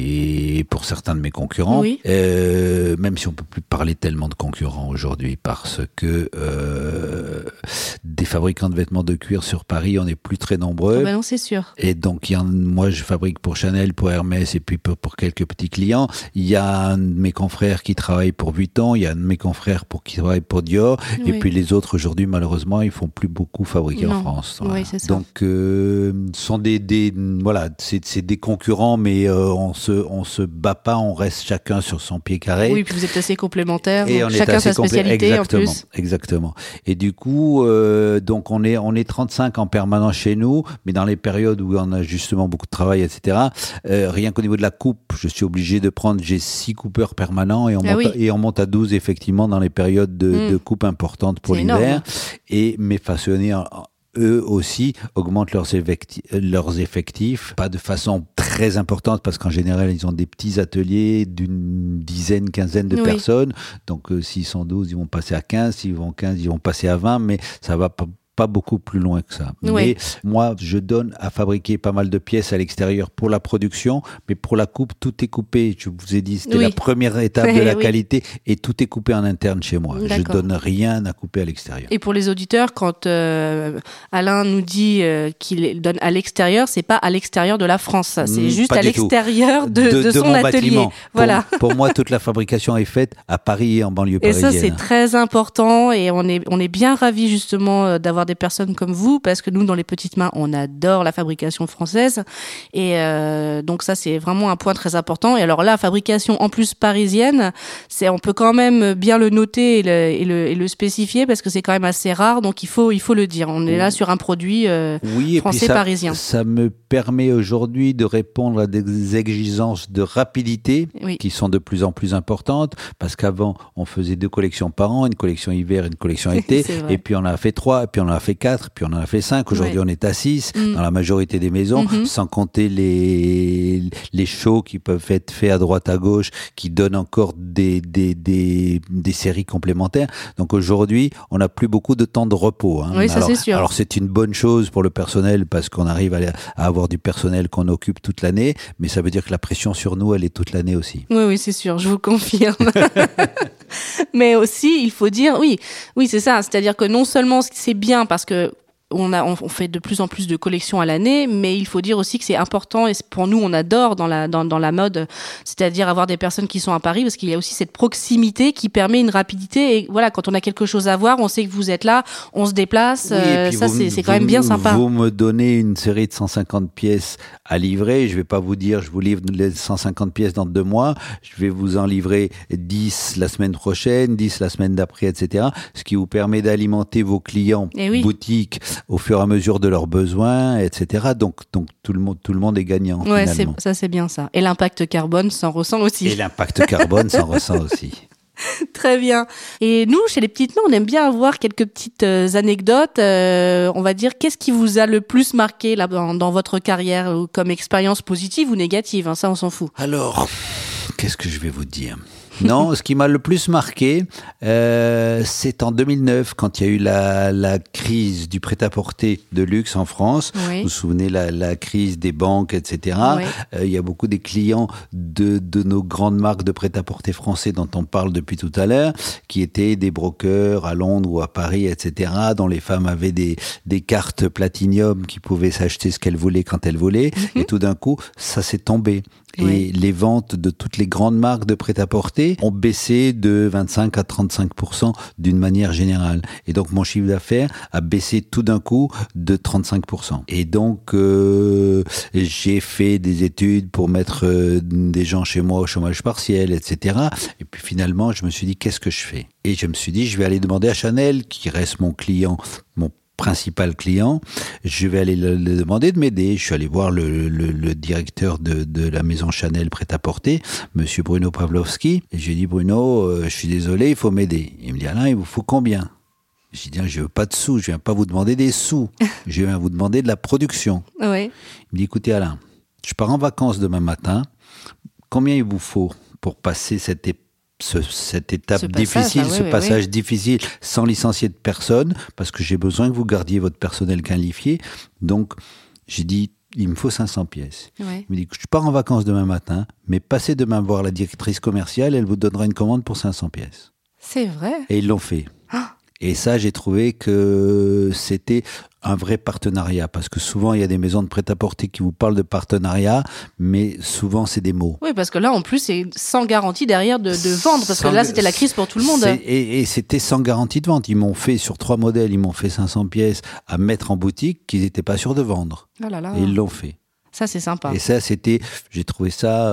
Speaker 6: et pour certains de mes concurrents.
Speaker 5: Oui.
Speaker 6: Euh, même si on peut plus parler tellement de concurrents aujourd'hui parce que euh, des fabricants de vêtements de cuir sur Paris, on n'est plus très nombreux.
Speaker 5: Ah bah non, c'est sûr.
Speaker 6: Et donc, il y a, moi, je fabrique pour Chanel, pour Hermès et puis pour, pour quelques petits clients. Il y a un de mes confrères qui travaille pour Vuitton, il y a un de mes confrères pour, qui travaille pour Dior.
Speaker 5: Oui.
Speaker 6: Et puis les autres, aujourd'hui, malheureusement, ils font plus beaucoup fabriquer
Speaker 5: Non.
Speaker 6: en France.
Speaker 5: Oui,
Speaker 6: Voilà.
Speaker 5: c'est ça.
Speaker 6: Donc, euh, sont des, des, voilà, c'est, c'est des concurrents, mais euh, on se, on se bat pas, on reste chacun sur son pied carré.
Speaker 5: Oui, puis vous êtes assez complémentaires.
Speaker 6: Et
Speaker 5: donc
Speaker 6: on est
Speaker 5: chacun
Speaker 6: assez
Speaker 5: sa
Speaker 6: complé-
Speaker 5: spécialité
Speaker 6: exactement,
Speaker 5: en plus.
Speaker 6: Exactement. Et du coup, euh, donc on est on est trente-cinq en permanence chez nous, mais dans les périodes où on a justement beaucoup de travail, et cetera. Euh, rien qu'au niveau de la coupe, je suis obligé de prendre, j'ai six coupeurs permanents et on
Speaker 5: Ah
Speaker 6: monte
Speaker 5: oui.
Speaker 6: à, et on monte à douze effectivement dans les périodes de,
Speaker 5: Mm.
Speaker 6: de coupe importantes pour
Speaker 5: C'est
Speaker 6: l'hiver.
Speaker 5: énorme.
Speaker 6: Et mes façonniers, eux aussi, augmentent leurs, effecti- leurs effectifs, pas de façon très importante parce qu'en général, ils ont des petits ateliers d'une dizaine, quinzaine de
Speaker 5: Oui.
Speaker 6: personnes. Donc, euh, s'ils sont douze, ils vont passer à quinze. S'ils vont quinze, ils vont passer à vingt, mais ça va pas pas beaucoup plus loin que ça.
Speaker 5: Oui.
Speaker 6: Mais moi, je donne à fabriquer pas mal de pièces à l'extérieur pour la production, mais pour la coupe, tout est coupé. Je vous ai dit, c'était
Speaker 5: oui.
Speaker 6: la première étape de la
Speaker 5: oui.
Speaker 6: qualité et tout est coupé en interne chez moi.
Speaker 5: D'accord.
Speaker 6: Je donne rien à couper à l'extérieur.
Speaker 5: Et pour les auditeurs, quand euh, Alain nous dit euh, qu'il donne à l'extérieur, c'est pas à l'extérieur de la France, ça. c'est
Speaker 6: Mmh,
Speaker 5: juste
Speaker 6: pas
Speaker 5: à
Speaker 6: du
Speaker 5: l'extérieur de,
Speaker 6: de,
Speaker 5: de,
Speaker 6: de
Speaker 5: son
Speaker 6: mon
Speaker 5: atelier.
Speaker 6: bâtiment.
Speaker 5: Voilà.
Speaker 6: Pour, pour moi, toute la fabrication est faite à Paris et en banlieue
Speaker 5: Et
Speaker 6: parisienne.
Speaker 5: ça, c'est très important et on est, on est bien ravis justement euh, d'avoir des personnes comme vous parce que nous, dans les petites mains, on adore la fabrication française et euh, donc ça, c'est vraiment un point très important. Et alors là, fabrication en plus parisienne, c'est, on peut quand même bien le noter et le, et le, et le spécifier parce que c'est quand même assez rare, donc il faut, il faut le dire. On est là sur un produit euh,
Speaker 6: oui, et
Speaker 5: français
Speaker 6: puis ça,
Speaker 5: parisien.
Speaker 6: Ça me permet aujourd'hui de répondre à des exigences de rapidité
Speaker 5: Oui.
Speaker 6: qui sont de plus en plus importantes parce qu'avant, on faisait deux collections par an, une collection hiver et une collection été,
Speaker 5: C'est vrai.
Speaker 6: et puis on en a fait trois, et puis on en a fait quatre, puis on en a fait cinq. Aujourd'hui,
Speaker 5: Ouais.
Speaker 6: on est à six
Speaker 5: Mm.
Speaker 6: dans la majorité des maisons,
Speaker 5: Mhm.
Speaker 6: sans compter les, les shows qui peuvent être faits à droite à gauche, qui donnent encore des, des, des, des séries complémentaires. Donc aujourd'hui, on n'a plus beaucoup de temps de repos. Hein.
Speaker 5: Oui, ça,
Speaker 6: alors,
Speaker 5: c'est sûr.
Speaker 6: Alors c'est une bonne chose pour le personnel parce qu'on arrive à, à avoir du personnel qu'on occupe toute l'année, mais ça veut dire que la pression sur nous, elle est toute l'année aussi.
Speaker 5: Oui, oui, c'est sûr, je vous confirme. Mais aussi, il faut dire, oui, oui, c'est ça. C'est-à-dire que non seulement c'est bien parce que on a, on fait de plus en plus de collections à l'année, mais il faut dire aussi que c'est important et pour nous, on adore dans la, dans, dans la mode, c'est-à-dire avoir des personnes qui sont à Paris parce qu'il y a aussi cette proximité qui permet une rapidité et voilà, quand on a quelque chose à voir, on sait que vous êtes là, on se déplace,
Speaker 6: Oui, et
Speaker 5: euh,
Speaker 6: puis
Speaker 5: ça
Speaker 6: vous-
Speaker 5: c'est, c'est quand
Speaker 6: vous-
Speaker 5: même bien sympa.
Speaker 6: Vous me donnez une série de cent cinquante pièces à livrer. Je vais pas vous dire, je vous livre les cent cinquante pièces dans deux mois. Je vais vous en livrer dix la semaine prochaine, dix la semaine d'après, et cetera. Ce qui vous permet d'alimenter vos clients
Speaker 5: Eh oui.
Speaker 6: boutiques au fur et à mesure de leurs besoins, et cetera. Donc, donc tout le monde, tout le monde est gagnant.
Speaker 5: Ouais, c'est,
Speaker 6: finalement.
Speaker 5: ça c'est bien ça. Et l'impact carbone s'en ressent aussi.
Speaker 6: Et l'impact carbone s'en ressent aussi.
Speaker 5: Très bien. Et nous, chez les petites mains, on aime bien avoir quelques petites euh, anecdotes. Euh, on va dire, qu'est-ce qui vous a le plus marqué là dans, dans votre carrière ou comme expérience positive ou négative, hein, ça on s'en fout.
Speaker 6: Alors, qu'est-ce que je vais vous dire ? Non, ce qui m'a le plus marqué, euh, c'est en deux mille neuf, quand il y a eu la, la crise du prêt-à-porter de luxe en France.
Speaker 5: Oui.
Speaker 6: Vous vous souvenez, la, la crise des banques, et cetera.
Speaker 5: Oui.
Speaker 6: Euh, il y a beaucoup des clients de, de nos grandes marques de prêt-à-porter français dont on parle depuis tout à l'heure, qui étaient des brokers à Londres ou à Paris, et cetera, dont les femmes avaient des, des cartes Platinium qui pouvaient s'acheter ce qu'elles voulaient quand elles voulaient. Mm-hmm. Et tout d'un coup, ça s'est tombé.
Speaker 5: Oui.
Speaker 6: Et les ventes de toutes les grandes marques de prêt-à-porter ont baissé de vingt-cinq à trente-cinq pour cent d'une manière générale. Et donc, mon chiffre d'affaires a baissé tout d'un coup de trente-cinq pour cent. Et donc, euh, j'ai fait des études pour mettre euh, des gens chez moi au chômage partiel, et cetera. Et puis finalement, je me suis dit, qu'est-ce que je fais ? Et je me suis dit, je vais aller demander à Chanel, qui reste mon client, mon principal client, je vais aller le, le demander de m'aider. Je suis allé voir le, le, le directeur de, de la maison Chanel prêt-à-porter, monsieur Bruno Pavlovski, et j'ai dit, Bruno, euh, je suis désolé, il faut m'aider. Il me dit, Alain, il vous faut combien ? J'ai dit, je veux pas de sous, je viens pas vous demander des sous, je viens vous demander de la production.
Speaker 5: Ouais.
Speaker 6: Il me dit, écoutez Alain, je pars en vacances demain matin, combien il vous faut pour passer cette époque Ce, cette étape
Speaker 5: ce passage,
Speaker 6: difficile,
Speaker 5: ah oui,
Speaker 6: ce
Speaker 5: oui,
Speaker 6: passage
Speaker 5: oui.
Speaker 6: difficile, sans licencier de personne, parce que j'ai besoin que vous gardiez votre personnel qualifié. Donc, j'ai dit, il me faut cinq cents pièces.
Speaker 5: Ouais.
Speaker 6: Il me dit, je pars en vacances demain matin, mais passez demain voir la directrice commerciale, elle vous donnera une commande pour cinq cents pièces.
Speaker 5: C'est vrai.
Speaker 6: Et ils l'ont fait.
Speaker 5: Ah.
Speaker 6: Et ça, j'ai trouvé que c'était un vrai partenariat, parce que souvent, il y a des maisons de prêt-à-porter qui vous parlent de partenariat, mais souvent, c'est des mots.
Speaker 5: Oui, parce que là, en plus, c'est sans garantie derrière de, de vendre, parce
Speaker 6: Sans-
Speaker 5: que là, c'était la crise pour tout le monde.
Speaker 6: C'est- Et, et c'était sans garantie de vente. Ils m'ont fait, sur trois modèles, ils m'ont fait cinq cents pièces à mettre en boutique qu'ils n'étaient pas sûrs de vendre.
Speaker 5: Oh là là.
Speaker 6: Et ils l'ont fait.
Speaker 5: Ça, c'est sympa.
Speaker 6: Et ça, c'était, j'ai trouvé ça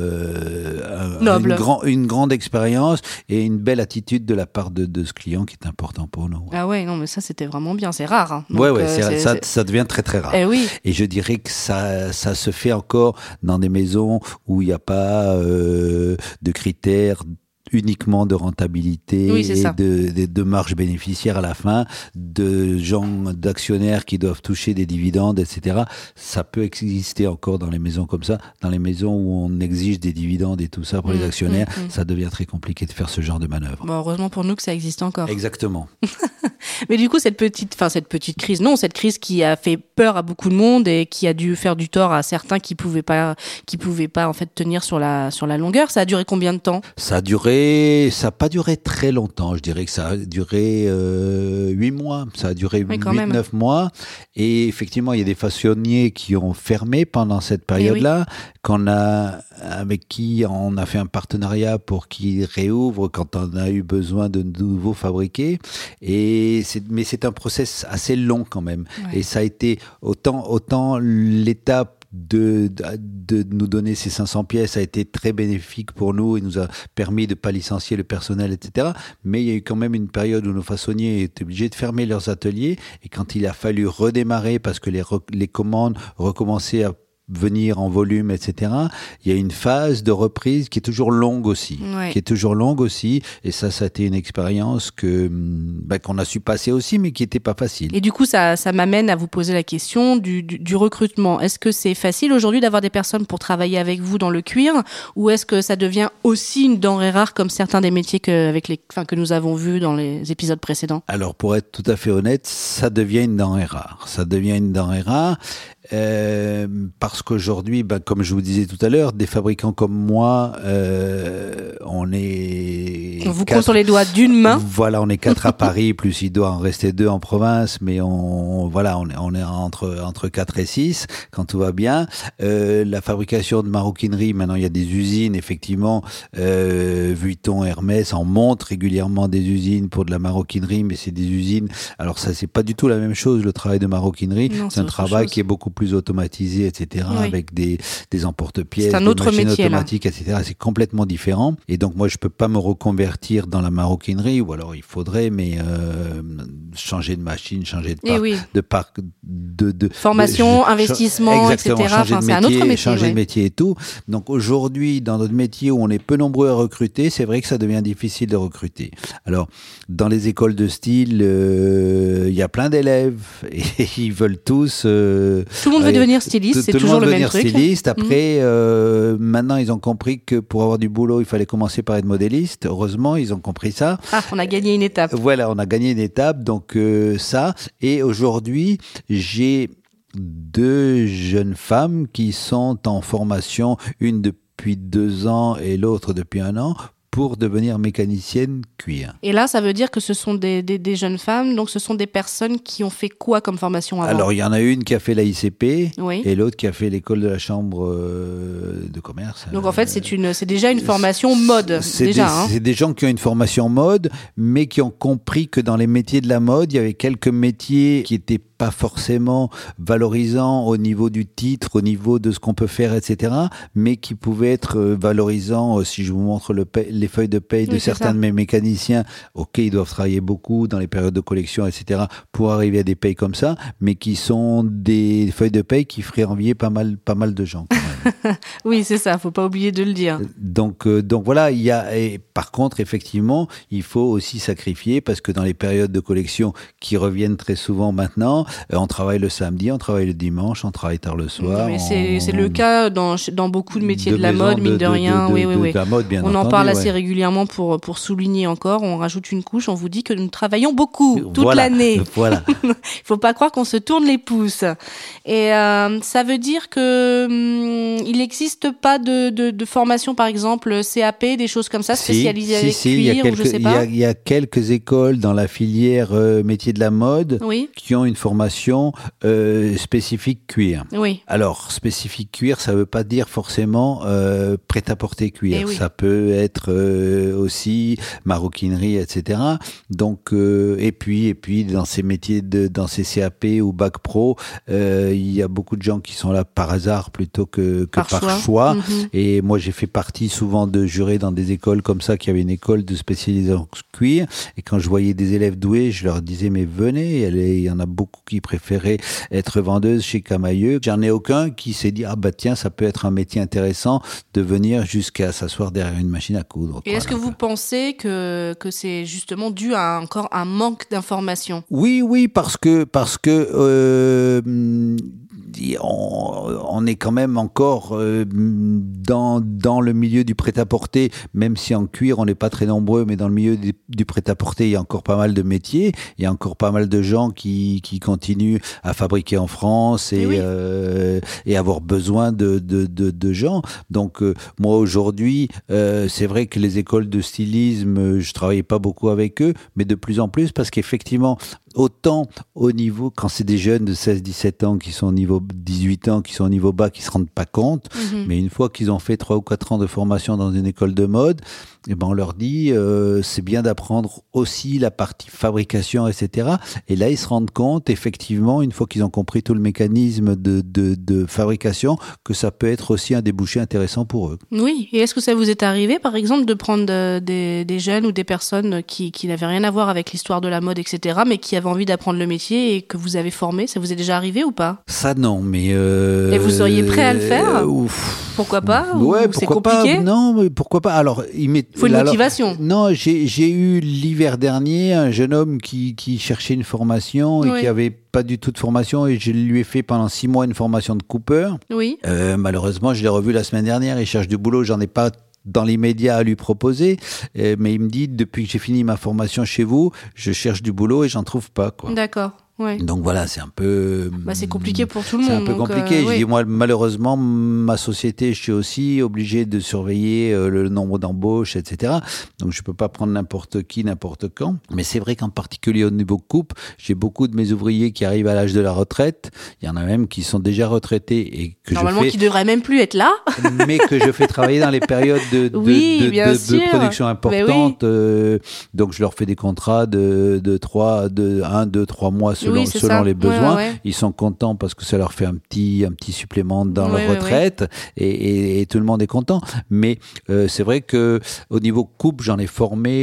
Speaker 6: euh, un-
Speaker 5: Noble.
Speaker 6: Une, grand- une grande expérience et une belle attitude de la part de, de ce client qui est important pour nous.
Speaker 5: Ah ouais, non, mais ça, c'était vraiment bien. C'est rare. Hein.
Speaker 6: Ouais,
Speaker 5: Donc,
Speaker 6: ouais,
Speaker 5: euh,
Speaker 6: c'est-
Speaker 5: c'est-
Speaker 6: ça,
Speaker 5: c'est-
Speaker 6: ça devient très très rare.
Speaker 5: Eh oui.
Speaker 6: Et je dirais que ça, ça se fait encore dans des maisons où il n'y a pas euh, de critères uniquement de rentabilité
Speaker 5: oui, c'est
Speaker 6: et
Speaker 5: ça.
Speaker 6: de, de, de marge bénéficiaire à la fin, de gens, d'actionnaires qui doivent toucher des dividendes, et cetera. Ça peut exister encore dans les maisons comme ça, dans les maisons où on exige des dividendes et tout ça pour
Speaker 5: mmh,
Speaker 6: les actionnaires,
Speaker 5: mmh, mmh.
Speaker 6: ça devient très compliqué de faire ce genre de manœuvre.
Speaker 5: Bon, heureusement pour nous que ça existe encore.
Speaker 6: Exactement.
Speaker 5: Mais du coup, cette petite, enfin cette petite crise, non, cette crise qui a fait peur à beaucoup de monde et qui a dû faire du tort à certains qui pouvaient pas, qui pouvaient pas en fait tenir sur la sur la longueur. Ça a duré combien de temps ?
Speaker 6: Ça a duré, ça a pas duré très longtemps. Je dirais que ça a duré euh, huit mois. Ça a duré
Speaker 5: oui,
Speaker 6: huit, neuf mois. Et effectivement, il y a des façonniers qui ont fermé pendant cette période-là, oui. qu'on a, avec qui on a fait un partenariat pour qu'ils réouvrent quand on a eu besoin de nouveaux fabriqués. Et c'est, mais c'est un process assez long quand même. Ouais. Et ça a été autant, autant l'étape De, de, de nous donner ces cinq cents pièces a été très bénéfique pour nous et nous a permis de ne pas licencier le personnel, et cetera. Mais il y a eu quand même une période où nos façonniers étaient obligés de fermer leurs ateliers et quand il a fallu redémarrer parce que les, re, les commandes recommençaient à venir en volume, et cetera. Il y a une phase de reprise qui est toujours longue aussi, ouais. qui est toujours longue aussi. Et ça, ça a été une expérience que ben, qu'on a su passer aussi, mais qui n'était pas facile.
Speaker 5: Et du coup, ça, ça m'amène à vous poser la question du, du, du recrutement. Est-ce que c'est facile aujourd'hui d'avoir des personnes pour travailler avec vous dans le cuir, ou est-ce que ça devient aussi une denrée rare comme certains des métiers que, avec les, enfin, que nous avons vus dans les épisodes précédents ?
Speaker 6: Alors, pour être tout à fait honnête, ça devient une denrée rare. Ça devient une denrée rare. Euh, parce qu'aujourd'hui, ben, comme je vous disais tout à l'heure, des fabricants comme moi, euh, on est...
Speaker 5: On vous compte sur les doigts d'une main.
Speaker 6: Voilà, on est quatre à Paris, plus il doit en rester deux en province, mais on, voilà, on est, on est entre, entre quatre et six, quand tout va bien. Euh, la fabrication de maroquinerie, maintenant il y a des usines, effectivement, euh, Vuitton, Hermès, on monte régulièrement des usines pour de la maroquinerie, mais c'est des usines, alors ça c'est pas du tout la même chose, le travail de maroquinerie, non, c'est, c'est un travail chose. Qui est beaucoup plus automatisé, et cetera, oui. avec des, des emporte-pièces,
Speaker 5: c'est un
Speaker 6: des
Speaker 5: autre
Speaker 6: machines
Speaker 5: métier,
Speaker 6: automatiques, là. et cetera. C'est complètement différent. Et donc, moi, je peux pas me reconvertir dans la maroquinerie, ou alors il faudrait, mais euh, changer de machine, changer de parc, oui. de parc, de, de
Speaker 5: formation,
Speaker 6: de,
Speaker 5: investissement,
Speaker 6: exactement,
Speaker 5: et cetera.
Speaker 6: Changer
Speaker 5: enfin,
Speaker 6: de
Speaker 5: c'est
Speaker 6: métier,
Speaker 5: un autre métier,
Speaker 6: changer
Speaker 5: ouais.
Speaker 6: de métier et tout. Donc, aujourd'hui, dans notre métier où on est peu nombreux à recruter, c'est vrai que ça devient difficile de recruter. Alors, dans les écoles de style, il euh, y a plein d'élèves et ils veulent tous. Euh,
Speaker 5: Tout le monde veut euh, devenir styliste, c'est toujours le même truc.
Speaker 6: Tout le monde veut devenir styliste. Après, mmh. euh, maintenant, ils ont compris que pour avoir du boulot, il fallait commencer par être modéliste. Heureusement, ils ont compris ça.
Speaker 5: Ah, on a gagné une étape.
Speaker 6: Voilà, on a gagné une étape. Donc, euh, ça. Et aujourd'hui, j'ai deux jeunes femmes qui sont en formation, une depuis deux ans et l'autre depuis un an, pour devenir mécanicienne cuir.
Speaker 5: Et là, ça veut dire que ce sont des, des, des jeunes femmes, donc ce sont des personnes qui ont fait quoi comme formation avant ?
Speaker 6: Alors, il y en a une qui a fait la I C P
Speaker 5: oui.
Speaker 6: et l'autre qui a fait l'école de la chambre euh, de commerce.
Speaker 5: Donc, en fait, c'est, une, c'est déjà une formation mode.
Speaker 6: C'est,
Speaker 5: déjà,
Speaker 6: des,
Speaker 5: hein.
Speaker 6: c'est des gens qui ont une formation mode, mais qui ont compris que dans les métiers de la mode, il y avait quelques métiers qui étaient pas forcément valorisants au niveau du titre, au niveau de ce qu'on peut faire, et cetera, mais qui pouvaient être valorisants, si je vous montre le paie, les feuilles de paye de oui, certains de mes mécaniciens, ok, ils doivent travailler beaucoup dans les périodes de collection, et cetera, pour arriver à des payes comme ça, mais qui sont des feuilles de paye qui feraient envier pas mal, pas mal de gens. Quand même.
Speaker 5: Oui, c'est ça, faut pas oublier de le dire.
Speaker 6: Donc, euh, donc voilà, il y a, et par contre, effectivement, il faut aussi sacrifier, parce que dans les périodes de collection qui reviennent très souvent maintenant, euh, on travaille le samedi, on travaille le dimanche, on travaille tard le soir.
Speaker 5: Mais
Speaker 6: on,
Speaker 5: c'est, c'est le cas dans, dans beaucoup de métiers
Speaker 6: de,
Speaker 5: de la mode, mine de, de rien.
Speaker 6: De,
Speaker 5: oui, oui,
Speaker 6: de,
Speaker 5: oui.
Speaker 6: De la mode, bien
Speaker 5: on
Speaker 6: entendu,
Speaker 5: en parle assez
Speaker 6: ouais.
Speaker 5: régulièrement pour, pour souligner encore. On rajoute une couche, on vous dit que nous travaillons beaucoup, toute
Speaker 6: voilà,
Speaker 5: l'année.
Speaker 6: Voilà.
Speaker 5: Il faut pas croire qu'on se tourne les pouces. Et euh, ça veut dire que hum, il n'existe pas de, de, de formation, par exemple, C A P, des choses comme ça, spécialisées
Speaker 6: si,
Speaker 5: avec
Speaker 6: si,
Speaker 5: cuir,
Speaker 6: si, quelques,
Speaker 5: ou je sais
Speaker 6: pas.
Speaker 5: pas.
Speaker 6: Il y, a, il y a quelques écoles dans la filière euh, métier de la mode
Speaker 5: oui.
Speaker 6: qui ont une formation euh, spécifique cuir.
Speaker 5: Oui.
Speaker 6: Alors, spécifique cuir, ça veut pas dire forcément euh, prêt-à-porter cuir.
Speaker 5: Et oui.
Speaker 6: Ça peut être euh, aussi maroquinerie, et cetera. Donc, euh, et puis, et puis, dans ces métiers, de, dans ces C A P ou bac pro, euh, il y a beaucoup de gens qui sont là par hasard plutôt que, que
Speaker 5: par,
Speaker 6: par
Speaker 5: choix.
Speaker 6: choix.
Speaker 5: Mm-hmm.
Speaker 6: Et moi, j'ai fait partie souvent de jurés dans des écoles comme ça, qui avaient une école de spécialisation cuir. Et quand je voyais des élèves doués, je leur disais, mais venez, il y en a beaucoup qui préféraient être vendeuses chez Camaïeu. J'en ai aucun qui s'est dit, ah bah tiens, ça peut être un métier intéressant de venir jusqu'à s'asseoir derrière une machine à coudre.
Speaker 5: Et est-ce que vous pensez que, que c'est justement dû à encore un manque d'information?
Speaker 6: Oui, oui, parce que, parce que, euh, on, on est quand même encore euh, dans, dans le milieu du prêt-à-porter, même si en cuir on n'est pas très nombreux, mais dans le milieu du, du prêt-à-porter, il y a encore pas mal de métiers, il y a encore pas mal de gens qui, qui continuent à fabriquer en France et, et, oui. euh, et avoir besoin de, de, de, de gens. Donc euh, moi aujourd'hui, euh, c'est vrai que les écoles de stylisme, je travaillais pas beaucoup avec eux, mais de plus en plus, parce qu'effectivement, autant au niveau, quand c'est des jeunes de seize dix-sept ans qui sont au niveau dix-huit ans, qui sont au niveau bas, qui se rendent pas compte, mmh. mais une fois qu'ils ont fait trois ou quatre ans de formation dans une école de mode, eh ben on leur dit euh, c'est bien d'apprendre aussi la partie fabrication, et cetera. Et là, ils se rendent compte, effectivement, une fois qu'ils ont compris tout le mécanisme de, de, de fabrication, que ça peut être aussi un débouché intéressant pour eux.
Speaker 5: Oui, et est-ce que ça vous est arrivé, par exemple, de prendre de, des, des jeunes ou des personnes qui, qui n'avaient rien à voir avec l'histoire de la mode, et cetera, mais qui avaient envie d'apprendre le métier et que vous avez formé? Ça vous est déjà arrivé ou pas?
Speaker 6: Ça, non, mais... Euh...
Speaker 5: Et vous seriez prêt à le faire? euh, Pourquoi pas?
Speaker 6: Ouais,
Speaker 5: ou
Speaker 6: pourquoi
Speaker 5: c'est compliqué?
Speaker 6: pas? Non, mais pourquoi pas? Alors, il m'est...
Speaker 5: faut une
Speaker 6: alors,
Speaker 5: motivation.
Speaker 6: Non, j'ai, j'ai eu l'hiver dernier un jeune homme qui, qui cherchait une formation et oui. qui avait pas du tout de formation, et je lui ai fait pendant six mois une formation de coupeur. Oui. Euh, malheureusement, je l'ai revu la semaine dernière. Il cherche du boulot. J'en ai pas dans l'immédiat à lui proposer, euh, mais il me dit, depuis que j'ai fini ma formation chez vous, je cherche du boulot et j'en trouve pas, quoi.
Speaker 5: D'accord. Ouais.
Speaker 6: Donc voilà, c'est un peu...
Speaker 5: Bah, c'est compliqué pour tout le monde.
Speaker 6: C'est un peu
Speaker 5: donc
Speaker 6: compliqué.
Speaker 5: Euh,
Speaker 6: je
Speaker 5: oui.
Speaker 6: dis, moi, malheureusement, ma société, je suis aussi obligé de surveiller euh, le nombre d'embauches, et cetera. Donc je peux pas prendre n'importe qui, n'importe quand. Mais c'est vrai qu'en particulier au niveau coupe, j'ai beaucoup de mes ouvriers qui arrivent à l'âge de la retraite. Il y en a même qui sont déjà retraités et que
Speaker 5: Normalement,
Speaker 6: je fais...
Speaker 5: qui devraient même plus être là.
Speaker 6: mais que je fais travailler dans les périodes de, de,
Speaker 5: oui,
Speaker 6: de,
Speaker 5: bien
Speaker 6: de,
Speaker 5: sûr.
Speaker 6: de production importante. Oui. Euh, donc je leur fais des contrats de, de trois, de un, deux, trois mois selon,
Speaker 5: oui,
Speaker 6: selon
Speaker 5: ça.
Speaker 6: les besoins. Ouais, ouais. Ils sont contents parce que ça leur fait un petit, un petit supplément dans ouais, leur ouais, retraite ouais. Et, et, et tout le monde est content. Mais euh, c'est vrai que au niveau coupe, j'en ai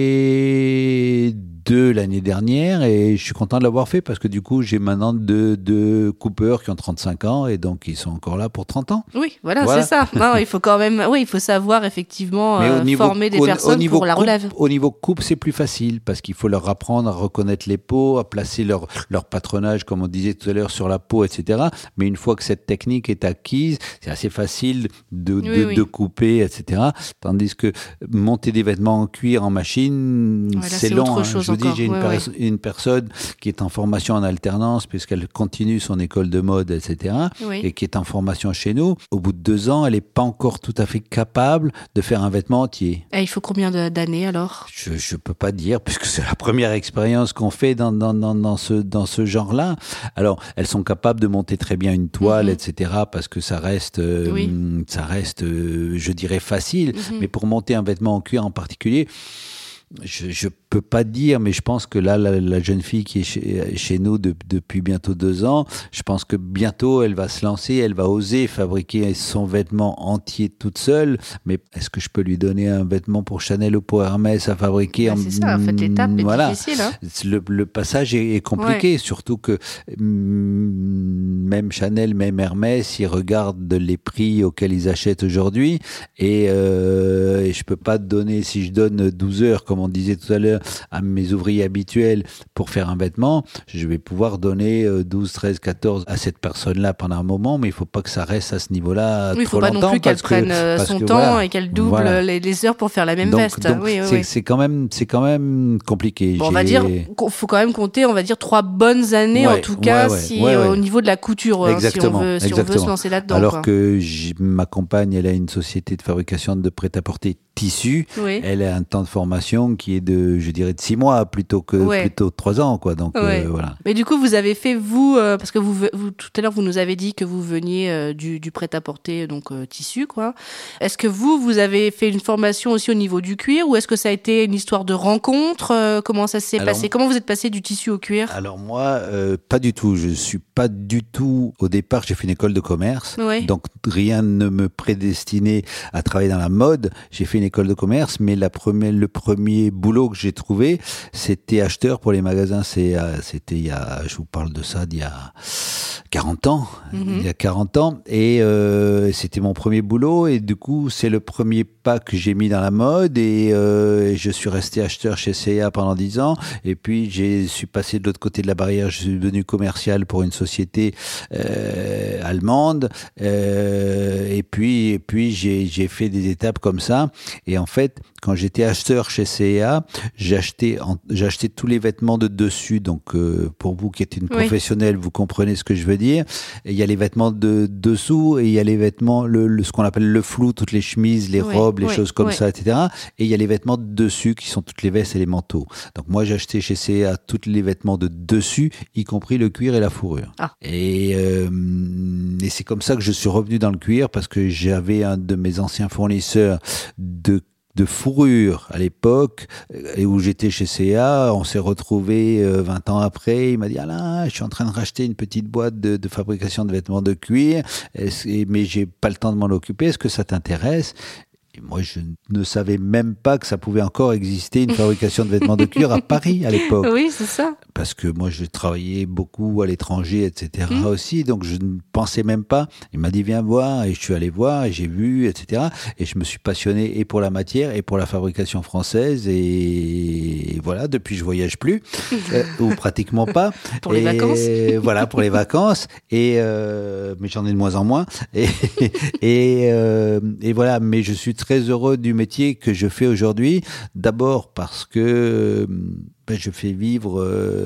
Speaker 6: formé deux l'année dernière et je suis content de l'avoir fait parce que du coup, j'ai maintenant deux, deux coupeurs qui ont trente-cinq ans et donc ils sont encore là pour trente ans.
Speaker 5: Oui, voilà, voilà. c'est ça. Non, il faut quand même, oui, il faut savoir effectivement euh, niveau, former des
Speaker 6: au,
Speaker 5: personnes
Speaker 6: au niveau
Speaker 5: pour la
Speaker 6: coupe,
Speaker 5: relève.
Speaker 6: Au niveau coupe, c'est plus facile parce qu'il faut leur apprendre à reconnaître les peaux, à placer leur, leur patronage, comme on disait tout à l'heure, sur la peau, et cetera. Mais une fois que cette technique est acquise, c'est assez facile de,
Speaker 5: oui,
Speaker 6: de,
Speaker 5: oui.
Speaker 6: de couper, et cetera. Tandis que monter des vêtements en cuir en machine,
Speaker 5: ouais, là,
Speaker 6: c'est,
Speaker 5: c'est
Speaker 6: long. Hein.
Speaker 5: Je
Speaker 6: vous dis, j'ai une,
Speaker 5: ouais,
Speaker 6: pers-
Speaker 5: ouais.
Speaker 6: une personne qui est en formation en alternance puisqu'elle continue son école de mode, et cetera. Oui. Et qui est en formation chez nous. Au bout de deux ans, elle n'est pas encore tout à fait capable de faire un vêtement entier.
Speaker 5: Et il faut combien de, d'années alors ?
Speaker 6: Je ne peux pas dire puisque c'est la première expérience qu'on fait dans, dans, dans, dans, ce, dans ce genre-là. Alors, elles sont capables de monter très bien une toile, mm-hmm. et cetera, parce que ça reste, euh, oui. ça reste, euh, je dirais, facile. Mm-hmm. Mais pour monter un vêtement en cuir en particulier, je, je peux pas dire, mais je pense que là, la, la jeune fille qui est chez, chez nous de, depuis bientôt deux ans, je pense que bientôt elle va se lancer, elle va oser fabriquer son vêtement entier toute seule. Mais est-ce que je peux lui donner un vêtement pour Chanel ou pour Hermès à fabriquer
Speaker 5: bah,
Speaker 6: en...
Speaker 5: C'est ça, en fait, l'étape est
Speaker 6: voilà.
Speaker 5: difficile. Hein.
Speaker 6: Le, le passage est, est compliqué, ouais. Surtout que mm, même Chanel, même Hermès, ils regardent les prix auxquels ils achètent aujourd'hui et, euh, et je peux pas te donner, si je donne douze heures, comme on disait tout à l'heure, à mes ouvriers habituels pour faire un vêtement, je vais pouvoir donner douze, treize, quatorze à cette personne-là pendant un moment, mais il ne faut pas que ça reste à ce niveau-là
Speaker 5: oui,
Speaker 6: trop longtemps.
Speaker 5: Il ne faut pas non plus qu'elle
Speaker 6: que,
Speaker 5: prenne son
Speaker 6: que,
Speaker 5: temps
Speaker 6: voilà,
Speaker 5: et qu'elle double
Speaker 6: voilà.
Speaker 5: les, les heures pour faire la même
Speaker 6: donc,
Speaker 5: veste.
Speaker 6: Donc
Speaker 5: oui, oui,
Speaker 6: c'est,
Speaker 5: oui.
Speaker 6: c'est, quand même, c'est quand même compliqué.
Speaker 5: Bon,
Speaker 6: J'ai...
Speaker 5: on va dire qu'il faut quand même compter, on va dire, trois bonnes années
Speaker 6: ouais,
Speaker 5: en tout cas,
Speaker 6: ouais, ouais,
Speaker 5: si,
Speaker 6: ouais, ouais.
Speaker 5: au niveau de la couture,
Speaker 6: exactement,
Speaker 5: hein, si, on veut, si on veut se lancer là-dedans.
Speaker 6: Alors
Speaker 5: quoi.
Speaker 6: que ma compagne, elle a une société de fabrication de prêt-à-porter tissu, oui. Elle a un temps de formation qui est de, je dirais, de six mois plutôt que ouais. plutôt de trois ans, quoi. Donc
Speaker 5: ouais.
Speaker 6: euh, voilà.
Speaker 5: Mais du coup, vous avez fait vous, euh, parce que vous, vous, tout à l'heure, vous nous avez dit que vous veniez euh, du, du prêt-à-porter, donc euh, tissu, quoi. Est-ce que vous, vous avez fait une formation aussi au niveau du cuir, ou est-ce que ça a été une histoire de rencontre euh, Comment ça s'est alors, passé Comment vous êtes passé du tissu au cuir
Speaker 6: Alors moi, euh, pas du tout. Je suis pas du tout. Au départ, j'ai fait une école de commerce,
Speaker 5: ouais.
Speaker 6: donc rien ne me prédestinait à travailler dans la mode. J'ai fait une école de commerce, mais la première, le premier boulot que j'ai trouvé, c'était acheteur pour les magasins C A. C'était il y a, je vous parle de ça d'il y a quarante ans, mm-hmm. il y a quarante ans, et euh, c'était mon premier boulot, et du coup, c'est le premier pas que j'ai mis dans la mode, et, euh, et je suis resté acheteur chez C A pendant dix ans, et puis je suis passé de l'autre côté de la barrière, je suis devenu commercial pour une société euh, allemande, euh, et puis, et puis j'ai, j'ai fait des étapes comme ça, et en fait, quand j'étais acheteur chez C A, j'achetais, en, j'achetais tous les vêtements de dessus, donc euh, pour vous qui êtes une professionnelle, oui. vous comprenez ce que je veux dire. Et il y a les vêtements de dessous et il y a les vêtements, le, le, ce qu'on appelle le flou, toutes les chemises, les oui, robes, les oui, choses comme oui. ça, et cetera. Et il y a les vêtements de dessus qui sont toutes les vestes et les manteaux. Donc moi, j'ai acheté chez C A tous les vêtements de dessus, y compris le cuir et la fourrure. Ah. Et, euh, et c'est comme ça que je suis revenu dans le cuir parce que j'avais un de mes anciens fournisseurs de de fourrure à l'époque, et où j'étais chez C A, on s'est retrouvés euh, vingt ans après, il m'a dit « Alain, je suis en train de racheter une petite boîte de, de fabrication de vêtements de cuir, mais j'ai pas le temps de m'en occuper, est-ce que ça t'intéresse ?» Et moi, je ne savais même pas que ça pouvait encore exister une fabrication de vêtements de cuir à Paris à l'époque.
Speaker 5: Oui, c'est ça.
Speaker 6: Parce que moi, je travaillais beaucoup à l'étranger, et cetera mmh. aussi, donc je ne pensais même pas. Il m'a dit, viens voir, et je suis allé voir, et j'ai vu, et cetera. Et je me suis passionné et pour la matière, et pour la fabrication française, et voilà, depuis, je voyage plus, euh, ou pratiquement pas.
Speaker 5: Pour les
Speaker 6: et
Speaker 5: vacances.
Speaker 6: Voilà, pour les vacances, et euh, mais j'en ai de moins en moins. Et, et, euh, et voilà, mais je suis très heureux du métier que je fais aujourd'hui. D'abord parce que ben, je fais vivre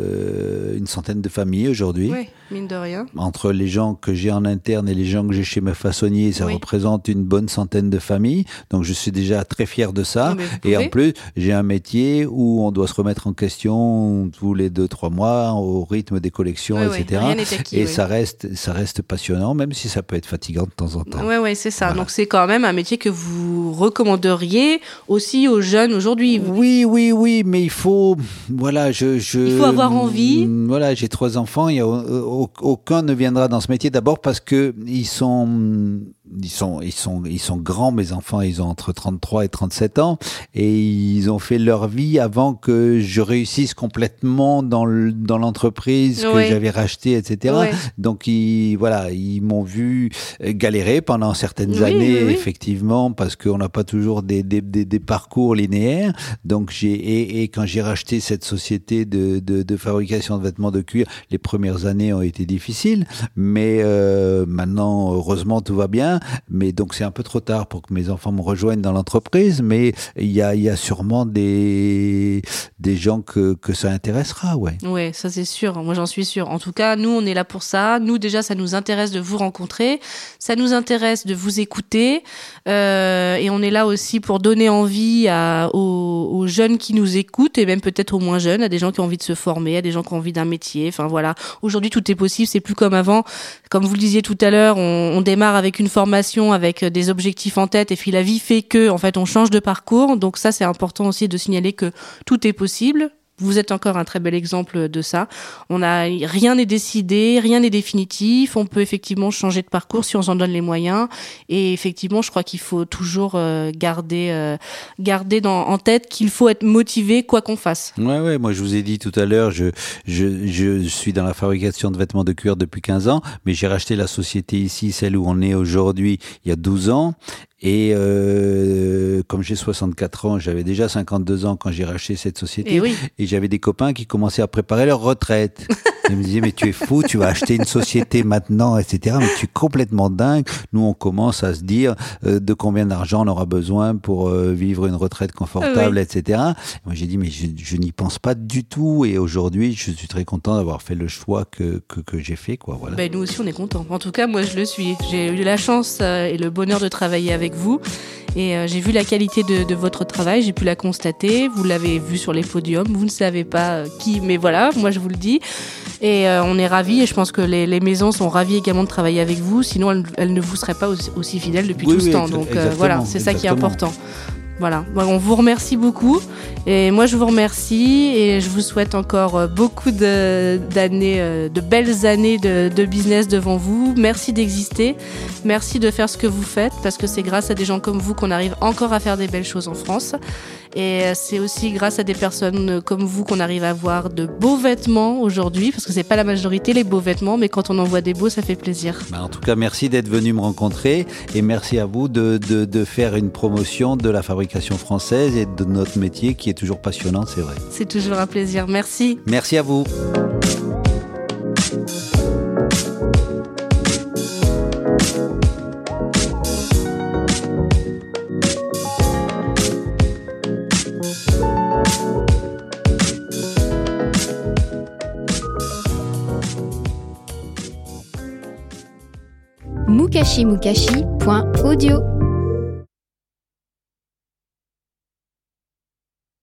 Speaker 6: euh, une centaine de familles aujourd'hui.
Speaker 5: Oui, mine de rien.
Speaker 6: Entre les gens que j'ai en interne et les gens que j'ai chez mes façonniers, ça oui. représente une bonne centaine de familles. Donc je suis déjà très fier de ça. Et en plus, j'ai un métier où on doit se remettre en question tous les deux, trois mois au rythme des collections, oui, et cetera.
Speaker 5: Oui. Rien n'est acquis,
Speaker 6: et
Speaker 5: oui.
Speaker 6: ça reste, ça reste passionnant, même si ça peut être fatigant de temps en temps.
Speaker 5: Oui, oui, c'est ça. Voilà. Donc c'est quand même un métier que vous recommanderiez aussi aux jeunes aujourd'hui.
Speaker 6: Oui, oui, oui, mais il faut... Voilà, je, je,
Speaker 5: il faut avoir envie.
Speaker 6: Voilà, j'ai trois enfants. Il y a, aucun ne viendra dans ce métier. D'abord parce que ils sont, ils sont, ils sont, ils sont grands. Mes enfants, ils ont entre trente-trois et trente-sept ans, et ils ont fait leur vie avant que je réussisse complètement dans le, dans l'entreprise que oui. j'avais rachetée, et cetera. Oui. Donc, ils, voilà, ils m'ont vu galérer pendant certaines oui, années, oui, oui. effectivement, parce qu'on n'a pas toujours des, des, des, des parcours linéaires. Donc, j'ai et, et quand j'ai racheté cette société de, de, de fabrication de vêtements de cuir, les premières années ont été difficiles, mais euh, maintenant, heureusement, tout va bien. Mais donc, c'est un peu trop tard pour que mes enfants me rejoignent dans l'entreprise, mais il y a, il y a sûrement des, des gens que, que ça intéressera, ouais.
Speaker 5: Ouais, ça c'est sûr. Moi, j'en suis sûre. En tout cas, nous, on est là pour ça. Nous, déjà, ça nous intéresse de vous rencontrer. Ça nous intéresse de vous écouter. Euh, et on est là aussi pour donner envie à, aux, aux jeunes qui nous écoutent, et même peut-être aux moins jeunes, à des gens qui ont envie de se former, à des gens qui ont envie d'un métier. Enfin voilà, aujourd'hui tout est possible, c'est plus comme avant. Comme vous le disiez tout à l'heure, on, on démarre avec une formation, avec des objectifs en tête, et puis la vie fait que, en fait, on change de parcours. Donc ça, c'est important aussi de signaler que tout est possible. Vous êtes encore un très bel exemple de ça. On a, rien n'est décidé, rien n'est définitif. On peut effectivement changer de parcours si on s'en donne les moyens. Et effectivement, je crois qu'il faut toujours euh, garder, euh, garder dans, en tête qu'il faut être motivé quoi qu'on fasse.
Speaker 6: Ouais, ouais. Moi, je vous ai dit tout à l'heure, je, je, je suis dans la fabrication de vêtements de cuir depuis quinze ans, mais j'ai racheté la société ici, celle où on est aujourd'hui, il y a douze ans. Et euh, comme j'ai soixante-quatre ans, j'avais déjà cinquante-deux ans quand j'ai racheté cette société.
Speaker 5: Et, oui.
Speaker 6: et j'avais des copains qui commençaient à préparer leur retraite. Ils me disaient, mais tu es fou, tu vas acheter une société maintenant, et cetera. Mais tu es complètement dingue. Nous, on commence à se dire euh, de combien d'argent on aura besoin pour euh, vivre une retraite confortable, oui. et cetera. Et moi, j'ai dit, mais je, je n'y pense pas du tout. Et aujourd'hui, je suis très content d'avoir fait le choix que, que, que j'ai fait, quoi. Voilà.
Speaker 5: Ben, nous aussi, on est contents. En tout cas, moi, je le suis. J'ai eu la chance euh, et le bonheur de travailler avec vous. Et euh, j'ai vu la qualité de, de votre travail, j'ai pu la constater. Vous l'avez vu sur les podiums. Vous ne savez pas euh, qui, mais voilà, moi je vous le dis. Et euh, on est ravis, et je pense que les, les maisons sont ravies également de travailler avec vous. Sinon, elles, elles ne vous seraient pas aussi, aussi fidèles depuis
Speaker 6: oui,
Speaker 5: tout ce
Speaker 6: oui,
Speaker 5: temps. Donc euh, voilà, c'est ça qui est important. Voilà, bon, on vous remercie beaucoup et moi je vous remercie et je vous souhaite encore beaucoup de, d'années, de belles années de, de business devant vous. Merci d'exister, merci de faire ce que vous faites parce que c'est grâce à des gens comme vous qu'on arrive encore à faire des belles choses en France et c'est aussi grâce à des personnes comme vous qu'on arrive à avoir de beaux vêtements aujourd'hui parce que c'est pas la majorité les beaux vêtements mais quand on en voit des beaux ça fait plaisir.
Speaker 6: Bah en tout cas merci d'être venu me rencontrer et merci à vous de, de, de faire une promotion de la fabrication française et de notre métier qui est toujours passionnant, c'est vrai.
Speaker 5: C'est toujours un plaisir. Merci.
Speaker 6: Merci à vous.
Speaker 4: mukashi mukashi point audio